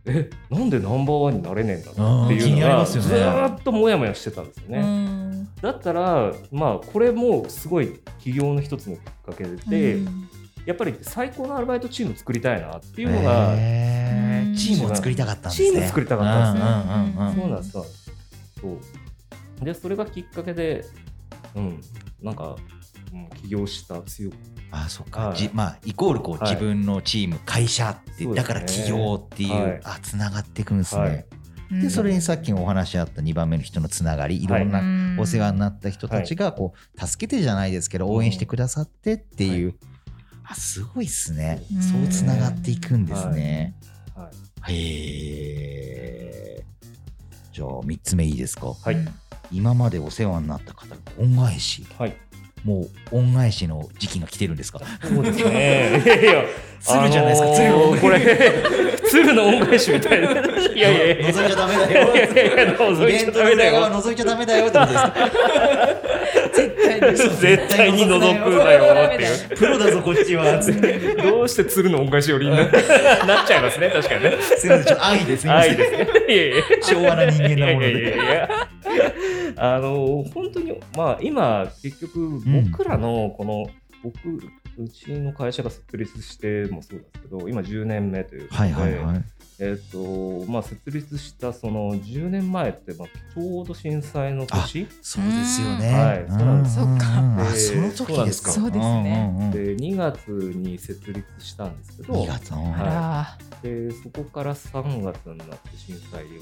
えなんでナンバーワンになれねえんだっていうのがずっともやもやしてたんですよね。うんだったらまあこれもすごい起業の一つのきっかけで、うん、やっぱり最高のアルバイトチーム作りたいなっていうのが、 えー、チームを作りたかったんですね。 チーム作りたかったんですね。そうなんですそうそうでそれがきっかけで、うん、なんか、うん、起業した強くあそうか、はい、じまあイコールこう、はい、自分のチーム会社って、ね、だから起業っていう、はい、あつながっていくんですね、はい、でそれにさっきもお話あったにばんめの人のつながりいろんなお世話になった人たちがこう助けてじゃないですけど応援してくださってっていう、はい、あすごいっすね。そうつながっていくんですね、はいはい、へーじゃあみっつめいいですか、はい、今までお世話になった方の恩返し、はいもう恩返しの時期が来てるんですか。 そうですね。いやいや、 鶴じゃないですか。 鶴、あのー、これ鶴の恩返しみたいな。いやいや、 覗いちゃダメだよ。 いやいやいや、覗いちゃダメだよ。 覗いちゃダメだよってことですか。 絶対に絶対に覗くなよっていう。 プロだぞこっちは。 どうして鶴の恩返しよりになっちゃいますね。確かにね。 すみません、ちょっと愛です。 愛ですね。いやいや、 昭和な人間なもので。 いやいやいや。あの本当にまあ今結局僕らのこの、うん、僕うちの会社が設立してもそうですけど今じゅうねんめということで、はいはいはい、えーとまあ、設立したそのじゅうねんまえってまあちょうど震災の年そうですよね、 はい、そうなんです。 そっか、 あその時ですか。 そうですね。 でにがつに設立したんですけどにがつ、 はい、でそこからさんがつになって震災で、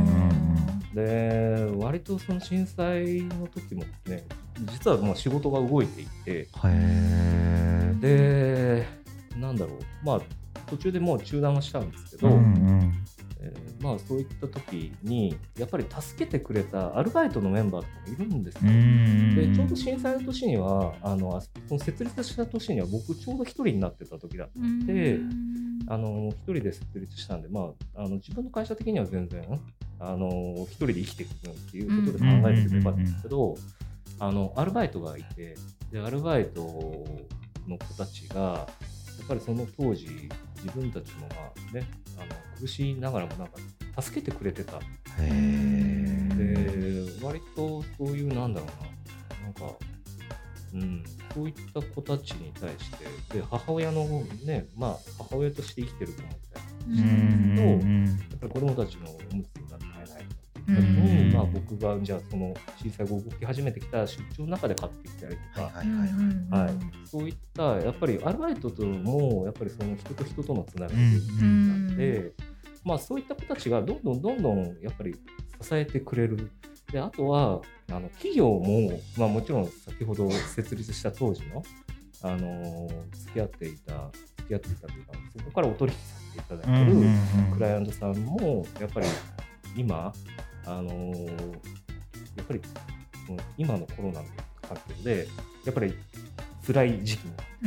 で割とその震災の時もですね実はもう仕事が動いていて、へでなんだろうまあ途中でもう中断はしたんですけど、うんうんえー、まあそういった時にやっぱり助けてくれたアルバイトのメンバーとかもいるんですよ。でちょうど震災の年にはあのその設立した年には僕ちょうど一人になってた時だったのであの一人で設立したんで、まあ、あの自分の会社的には全然あの一人で生きていくっていうことで考えててよかったんですけど、あのアルバイトがいてでアルバイトの子たちがやっぱりその当時自分たちの、まあね、あの苦しながらもなんか助けてくれてた。へー。で割とそういうなんだろうななんか、うん、そういった子たちに対してで母親のねまあ母親として生きてる子もいたりしてとやっぱり子どもたちのおむつが買えないとか時に、まあ、僕がじゃあその震災後動き始めてきた出張の中で買ってきたりとか、はいはいはいはい、そういったやっぱりアルバイトともやっぱりその人と人とのつながりなんで、うんまあ、そういった子たちがどんどんどんどんやっぱり支えてくれる。であとはあの企業も、まあ、もちろん先ほど設立した当時の、あの付き合っていた付き合っていたというかそこからお取引させていただいているクライアントさんもやっぱり今あのー、やっぱり今のコロナの環境でやっぱり辛い時期に、うん、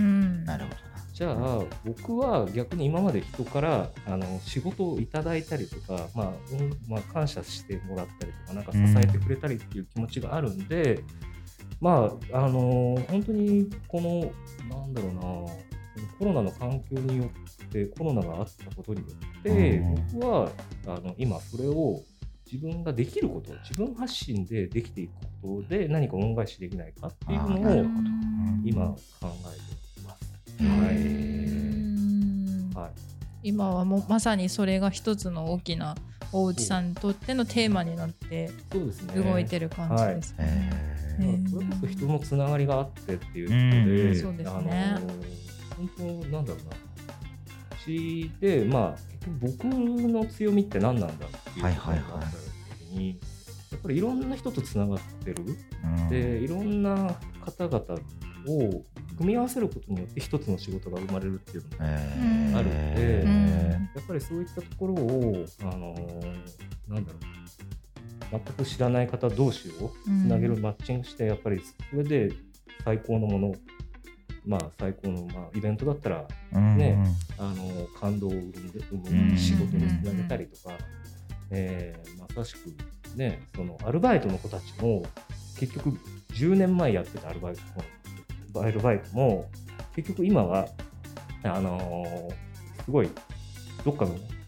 なるほどな。じゃあ僕は逆に今まで人からあの仕事をいただいたりとか、まあうんまあ、感謝してもらったりとかなんか支えてくれたりっていう気持ちがあるんで、うん、まああのー、本当にこのなんだろうなコロナの環境によってコロナがあったことによって、うん、僕はあの今それを自分ができること自分発信でできていくことで何か恩返しできないかっていうのを今考えています。はいはい、今はもうまさにそれが一つの大きな大内さんにとってのテーマになって動いてる感じですね。 それこそ人のつながりがあってっていうことで、 うん、そうですね。 あの本当なんだろうなうちでまあ結局僕の強みって何なんだっていうことになった時にやっぱりいろんな人とつながってる、うん、でいろんな方々を組み合わせることによって一つの仕事が生まれるっていうのがあるので、えー、やっぱりそういったところをあのなんだろう全く知らない方同士をつなげる、うん、マッチングしてやっぱりそれで最高のものまあ、最高の、まあ、イベントだったら、ねうんうん、あの感動を生んで生む仕事につなげたりとか、うんうんえー、まさしく、ね、そのアルバイトの子たちも結局じゅうねんまえやってたアルバイトも、アルバイトも結局今はあのー、すごいどっかの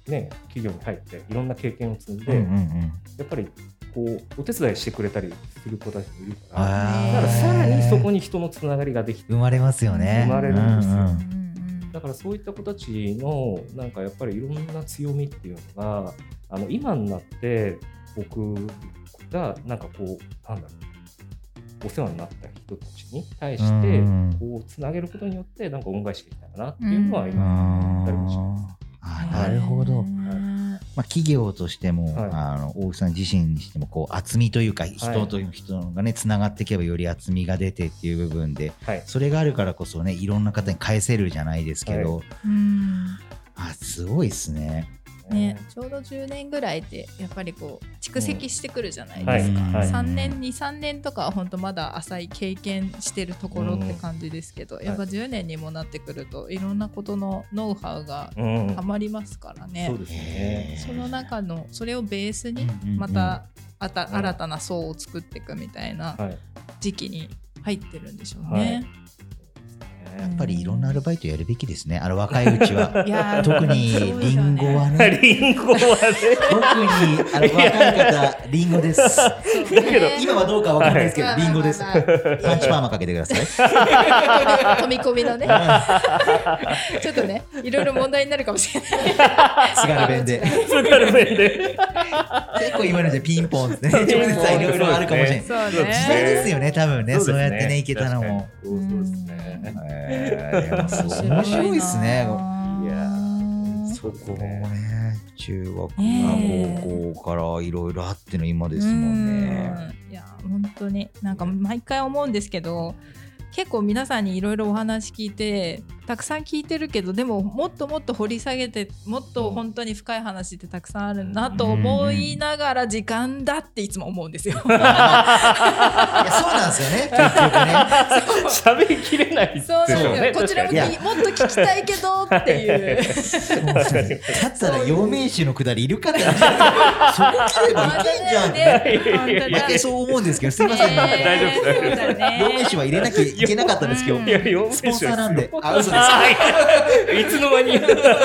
ね、企業に入っていろんな経験を積んで、 うんうんうん、 やっぱりこうお手伝いしてくれたりする子たちもいるから、だあからさらにそこに人のつながりができて生まれますよね。 生まれるんですよ、 うんうんうんだからそういった子たちのなんかやっぱりいろんな強みっていうのがあの今になって僕がなんかこうなんだろうお世話になった人たちに対してこうつなげることによってなんか恩返しできたらなっていうのは今思ったりもします。 あ、なるほど。 はい、 まあ、企業としても、はい、あの大内さん自身にしてもこう厚みというか人という人がねつながっていけばより厚みが出てっていう部分で、はい、それがあるからこそねいろんな方に返せるじゃないですけど、はい、 うんあすごいですね。 ね、ちょうどじゅうねんぐらいってやっぱりこう蓄積してくるじゃないですか、うんはい、さんねんにさんねんとかは本当まだ浅い経験してるところって感じですけど、うん、やっぱじゅうねんにもなってくるといろんなことのノウハウがはまりますからね、うん、そうですね。その中のそれをベースにまたあた新たな層を作っていくみたいな時期に入ってるんでしょうね、はいはいやっぱりいろんなアルバイトやるべきですね。あの若いうちは。いや特にリンゴはね。 リンゴはね。 特にあの若い方リンゴです。だけど今はどうかわからないですけど、はい、リンゴです。パンチパーマかけてください。 飛び込みのね。ちょっとね、いろいろ問題になるかもしれない。 津軽弁で。 津軽弁で。 結構今のじゃピンポンですね。直接はいろいろあるかもしれない。時代ですよね、多分ね。そうやってねいけたのも。 そうですね。 えー、面白いですね。 いやそこね中学から高校からいろいろあっての今ですもんね。 いや本当になんか毎回思うんですけど結構皆さんにいろいろお話聞いてたくさん聞いてるけどでももっともっと掘り下げてもっと本当に深い話ってたくさんあるなと思いながら時間だっていつも思うんですよ。いやそうなんですよね結局ね喋りきれないですよね。 こちらももっと聞きたいけどっていうだったら陽明酒のくだりいるからそこ切ればいけんじゃんって毎回そう思うんですけどすいません大丈夫です陽明酒は入れなきゃいけなかったんです今日スポンサーなんであ嘘いつの間に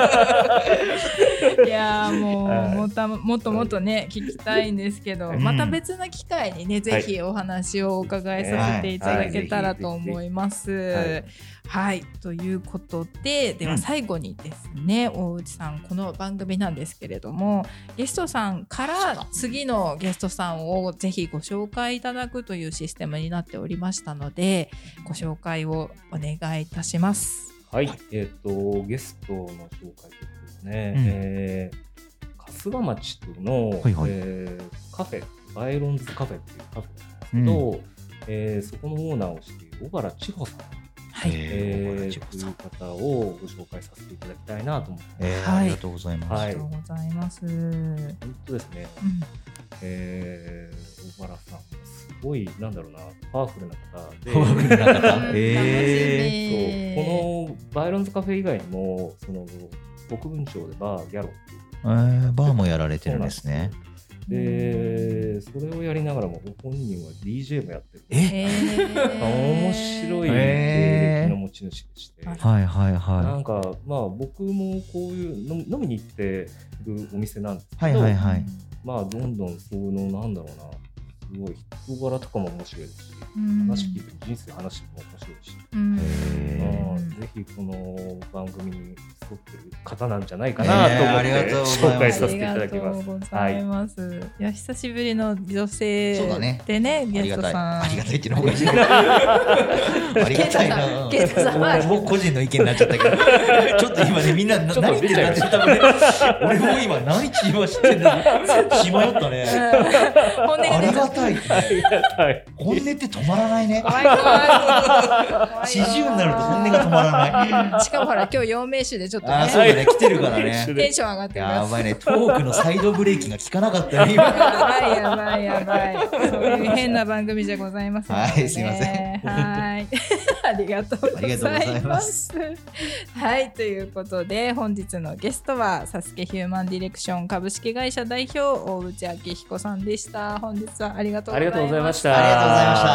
いやもうもたもっともっとね聞きたいんですけど、うん、また別の機会にねぜひお話をお伺いさせていただけたらと思います。はい、はい、ということででは最後にですね、うん、大内さんこの番組なんですけれどもゲストさんから次のゲストさんをぜひご紹介いただくというシステムになっておりましたのでご紹介をお願いいたします。 はい、えっ、ー、とゲストの紹介ですね、うんえー、春日町の、はいはいえー、カフェバイロンズカフェっていうカフェなんですけど、うんえー、そこのオーナーをしている小原千穂さん、はいえー、という方をご紹介させていただきたいなと思ってます、 えーはい、ありがとうございます、 はい、ありがとうございます。 本当ですね、うんえー、小原さんすごいなんだろうなパワフルな方でパワフルな方、えー、そうこのバイロンズカフェ以外にもその国分町でバーギャロっていう、 えー、バーもやられてるんですね。 でそれをやりながらもご本人は ディージェー もやってるえ面白い経歴の持ち主でして、 はいはいはいなんかまあ僕もこういう飲みに行ってるお店なんですけど、 はいはいはい、 まあどんどんそのなんだろうなすごい人柄とかも面白いですし、話聞いて人生話も面白いし、うんまあ、ぜひこの番組に沿ってる方なんじゃないかなと思って紹介させていただきます。ありがとうございます。 はい、いや久しぶりの女性で ね, ねゲストさんありがたいっていうのもおかしいありがたいなゲストさんはもう個人の意見になっちゃったけどちょっと今ねみんな何言ってるなって言ったのね俺も今何言ってんだしまよったね本音がありがたい本音って止まらないね。四十になると本音が止まらない。 しかもほら今日陽明酒でちょっとね。 あ、そうだね来てるからね。 テンション上がってます。 やばいねトークのサイドブレーキが効かなかったね。 やばいやばいやばい。そういう変な番組じゃございません、ね。 はいすいません。 はいありがとうございます。はいということで本日のゲストはサスケヒューマンディレクション株式会社代表大内明彦さんでした。本日はありがとうございました。 ありがとうございました。 ありがとうございました。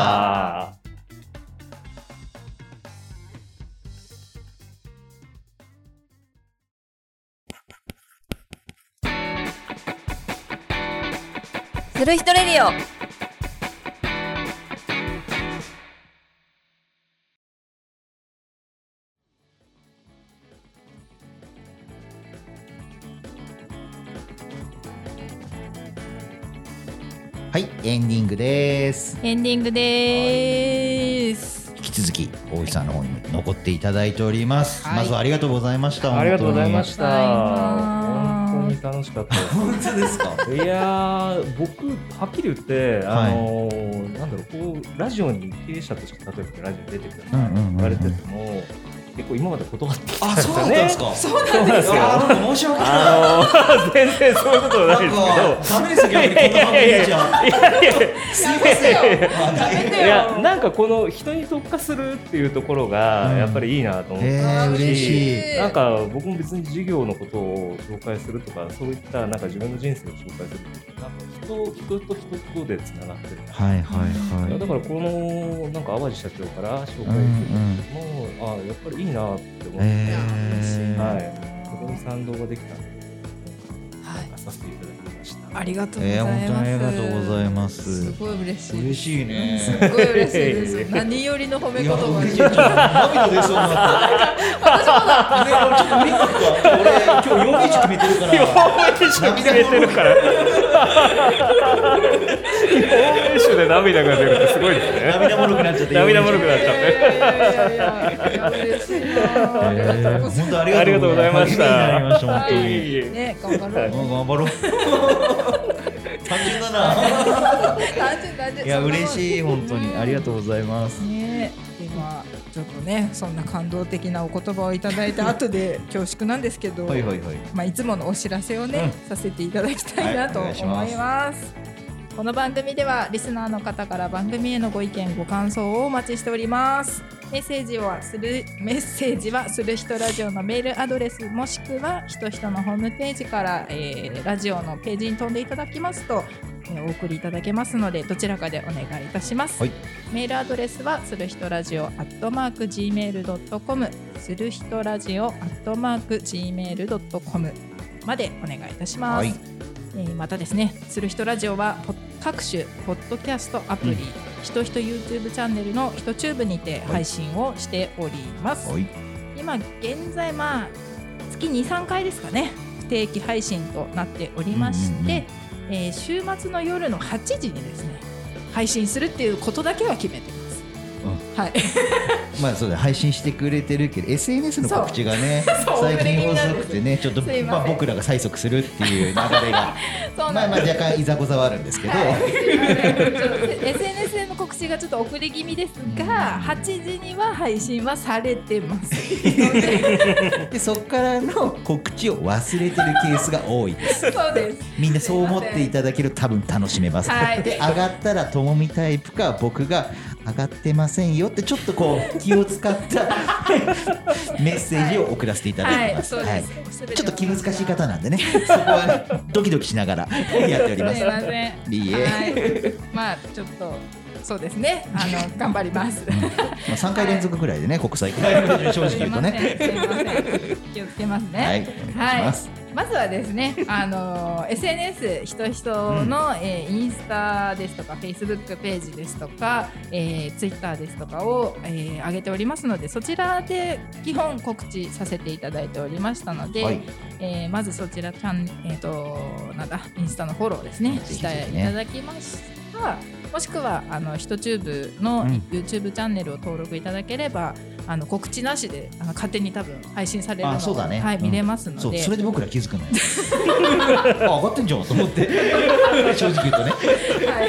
する人レディオ。 はい、エンディングです。 エンディングです。 引き続き大石さんの方に残っていただいております、はい、まずはありがとうございました。 ありがとうございました。本当に楽しかったです。 本当ですか。 いや僕はっきり言ってあのーはい、なんだろう、こうラジオに経営者として例えばラジオに出てくださいって言われてても、結構今まで断ってきたんですよね。あ、そうだったんですか。 そうなんですよ。 申し訳ない。 あのー、全然そういうことはないですけど。 ダメですよ、逆にこんな番組じゃ。いやいやすみません。 やめてよ。 いや、なんかこの人に特化するっていうところがやっぱりいいなと思って、うん、 えー、嬉しい。 なんか僕も別に事業のことを紹介するとか、そういったなんか自分の人生を紹介するとか、なんか人人と人とでつながってる。 はいはいはい。 だからこのなんか淡路社長から紹介するのも、うんうん、あやっぱりいいなって思って、えー、はい、そこに賛同ができたので、はい、させていただきました。 ありがとうございます。 えー、本当にありがとうございます。 すごい嬉しい。 嬉しいね。 すごい嬉しいです。何よりの褒め言葉で。 涙出そうになった。私もだ。ね、ちょっと見に行くか。俺今日よんいち決めてるから。 よんいち決めてるから。よんいちで涙が出るってすごいですね。 涙もろくなっちゃって。 涙もろくなっちゃって。 嬉しいな。 本当ありがとうございました。本当に。 ね、頑張ろう。 頑張ろう。単純だな。 単純単純。 いや嬉しい、本当にありがとうございます。 ね、今ちょっとね、そんな感動的なお言葉をいただいた後で恐縮なんですけど、はいはいはい、まあいつものお知らせをね、うん、させていただきたいなと思います。はい、この番組ではリスナーの方から番組へのご意見ご感想をお待ちしております。メッセージはするメッセージはする人ラジオのメールアドレスもしくはひとひとのホームページから、えー、ラジオのページに飛んでいただきますと、えー、お送りいただけますので、どちらかでお願いいたします。はい、メールアドレスはするひとラジオアットマーク ジーメールドットコム するひとラジオアットマーク ジーメールドットコム までお願いいたします。はい、えー、またですね、するひとラジオは各種ポッドキャストアプリ、うん、ひとひと YouTube チャンネルのひとチューブにて配信をしております。はい、今現在まあ月 にさんかいですかね、不定期配信となっておりまして、うんうんうん、えー、週末の夜のはちじにですね配信するっていうことだけは決めてます。うん、はい。 まあそうだ、配信してくれてるけど エスエヌエス の告知がね最近遅くてね、ちょっとまあ僕らが催促するっていう流れがまあまあ若干いざこざはあるんですけど、はい、 エスエヌエス での告知がちょっと遅れ気味ですが、うん、はちじには配信はされてますでそっからの告知を忘れてるケースが多いです。 そうです。 みんなそう思っていただけると多分楽しめます。はい、で上がったらともみタイプか僕が上がってませんよってちょっとこう気を使ったメッセージを送らせていただいてます。はいはい、ちょっと気難しい方なんでね、そこは、ね、ドキドキしながらやっております。 すいません。 いいえ。 はい、まあちょっとそうですね、あの頑張ります。まあさんかい連続ぐらいでね、国際会正直言うとね。 すいません。気をつけますね。はい。お願いします。はい、まずはですね、あの エスエヌエス ひとひとの、うん、えー、インスタですとか Facebook ページですとか、えー、Twitter ですとかを、えー、上げておりますので、そちらで基本告知させていただいておりましたので、はい、えー、まずそちらキャン、えーと、なんだインスタのフォローですね、していただきました。もしくはあのひとチューブの YouTube チャンネルを登録いただければ、うん、あの告知なしであの勝手に多分配信されるのを、ね、はい、見れますので、 そう、それで僕ら気づくのよあ、上がってんじゃんと思って正直言うとね、 はい、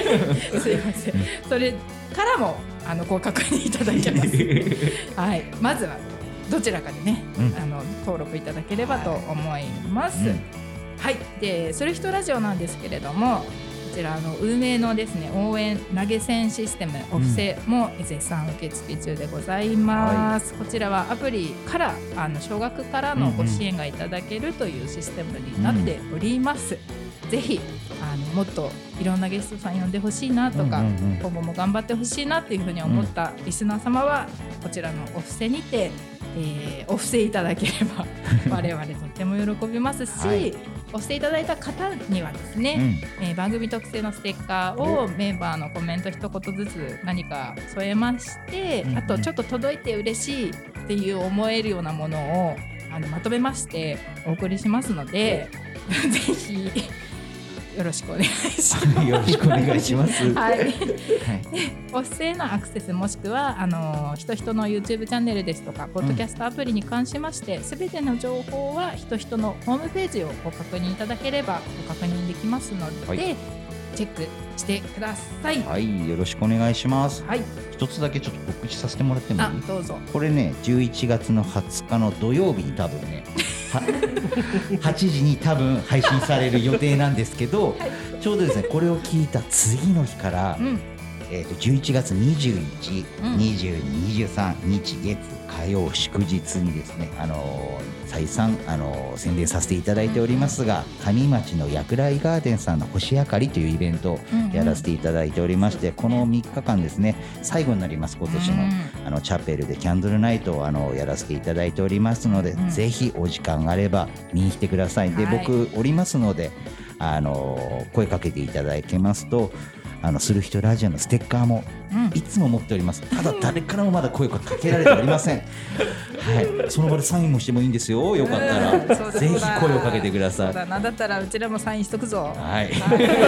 すいません、それからもあのご確認いただけますはい、まずはどちらかでね、うん、あの登録いただければと思います。はい、うん、はい、でそれひとラジオなんですけれども、こちらの運営のですね応援投げ銭システムお布施も絶賛受付中でございます。うん、はい、こちらはアプリからあの少額からのご支援がいただけるというシステムになっております。うん、ぜひあのもっといろんなゲストさん呼んでほしいなとか、うんうんうん、今後も頑張ってほしいなというふうに思ったリスナー様は、こちらのお布施にて、えー、お布施いただければ我々とっても喜びますし、はい、 押していただいた方にはですね、うんえー、番組特製のステッカーをメンバーのコメント一言ずつ何か添えまして、うんうん、あとちょっと届いて嬉しいっていう思えるようなものをあのまとめましてお送りしますのでぜひよろしくお願いしますよろしくお願いしますはい、はい、お布施へのアクセスもしくはあのひとひとの YouTube チャンネルですとかポッドキャストアプリに関しましてすべ、うん、ての情報はひとひとのホームページをご確認いただければご確認できますので、はい、チェックしてください。 はい、よろしくお願いします。 はい、 一つだけちょっと告知させてもらってもいい？ あ、どうぞ。 これね、じゅういちがつのはつかの土曜日に多分ねはちじに多分配信される予定なんですけど、はい、ちょうどですねこれを聞いた次の日から、うんえー、とじゅういちがつにじゅういち、うん、にじゅうに、にじゅうさん日月火曜祝日にですね、あのー、再三、あのー、宣伝させていただいておりますが、上町の薬来ガーデンさんの星明かりというイベントをやらせていただいておりまして、うんうん、このみっかかんですね最後になります今年の、うん、あのチャペルでキャンドルナイトをあのやらせていただいておりますので、うん、ぜひお時間があれば見に来てください。で、はい、僕おりますので、あのー、声かけていただけますとあのする人ラジオのステッカーもいつも持っております、うん、ただ誰からもまだ声かけられておりませんはい、その場でサインもしてもいいんですよ。よかったら、うん、ぜひ声をかけてください。 そうだ、なんだったらうちらもサインしとくぞ。 はい、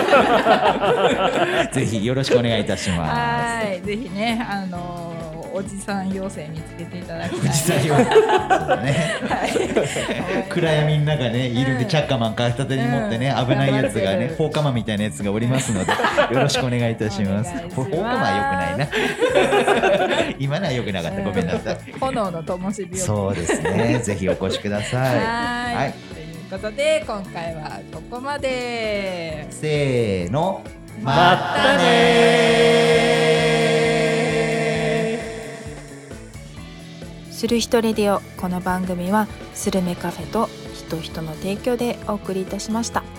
はい、ぜひよろしくお願いいたします。 はい、ぜひね、あのーおじさん妖精見つけていただきたい。 おじさん妖精そうだね、はい、暗闇の中ねいるんで、チャッカマン片手に持ってね、うん、危ないやつがね、放火魔みたいなやつがおりますのでよろしくお願いいたします。放火魔は良くないな今のは良くなかった、ごめんなさい。 炎の灯火をそうですね、ぜひお越しください。 はい、はい、ということで今回はここまで。 せーの、またね。 する人レディオ、この番組はスルメカフェとひとひとの提供でお送りいたしました。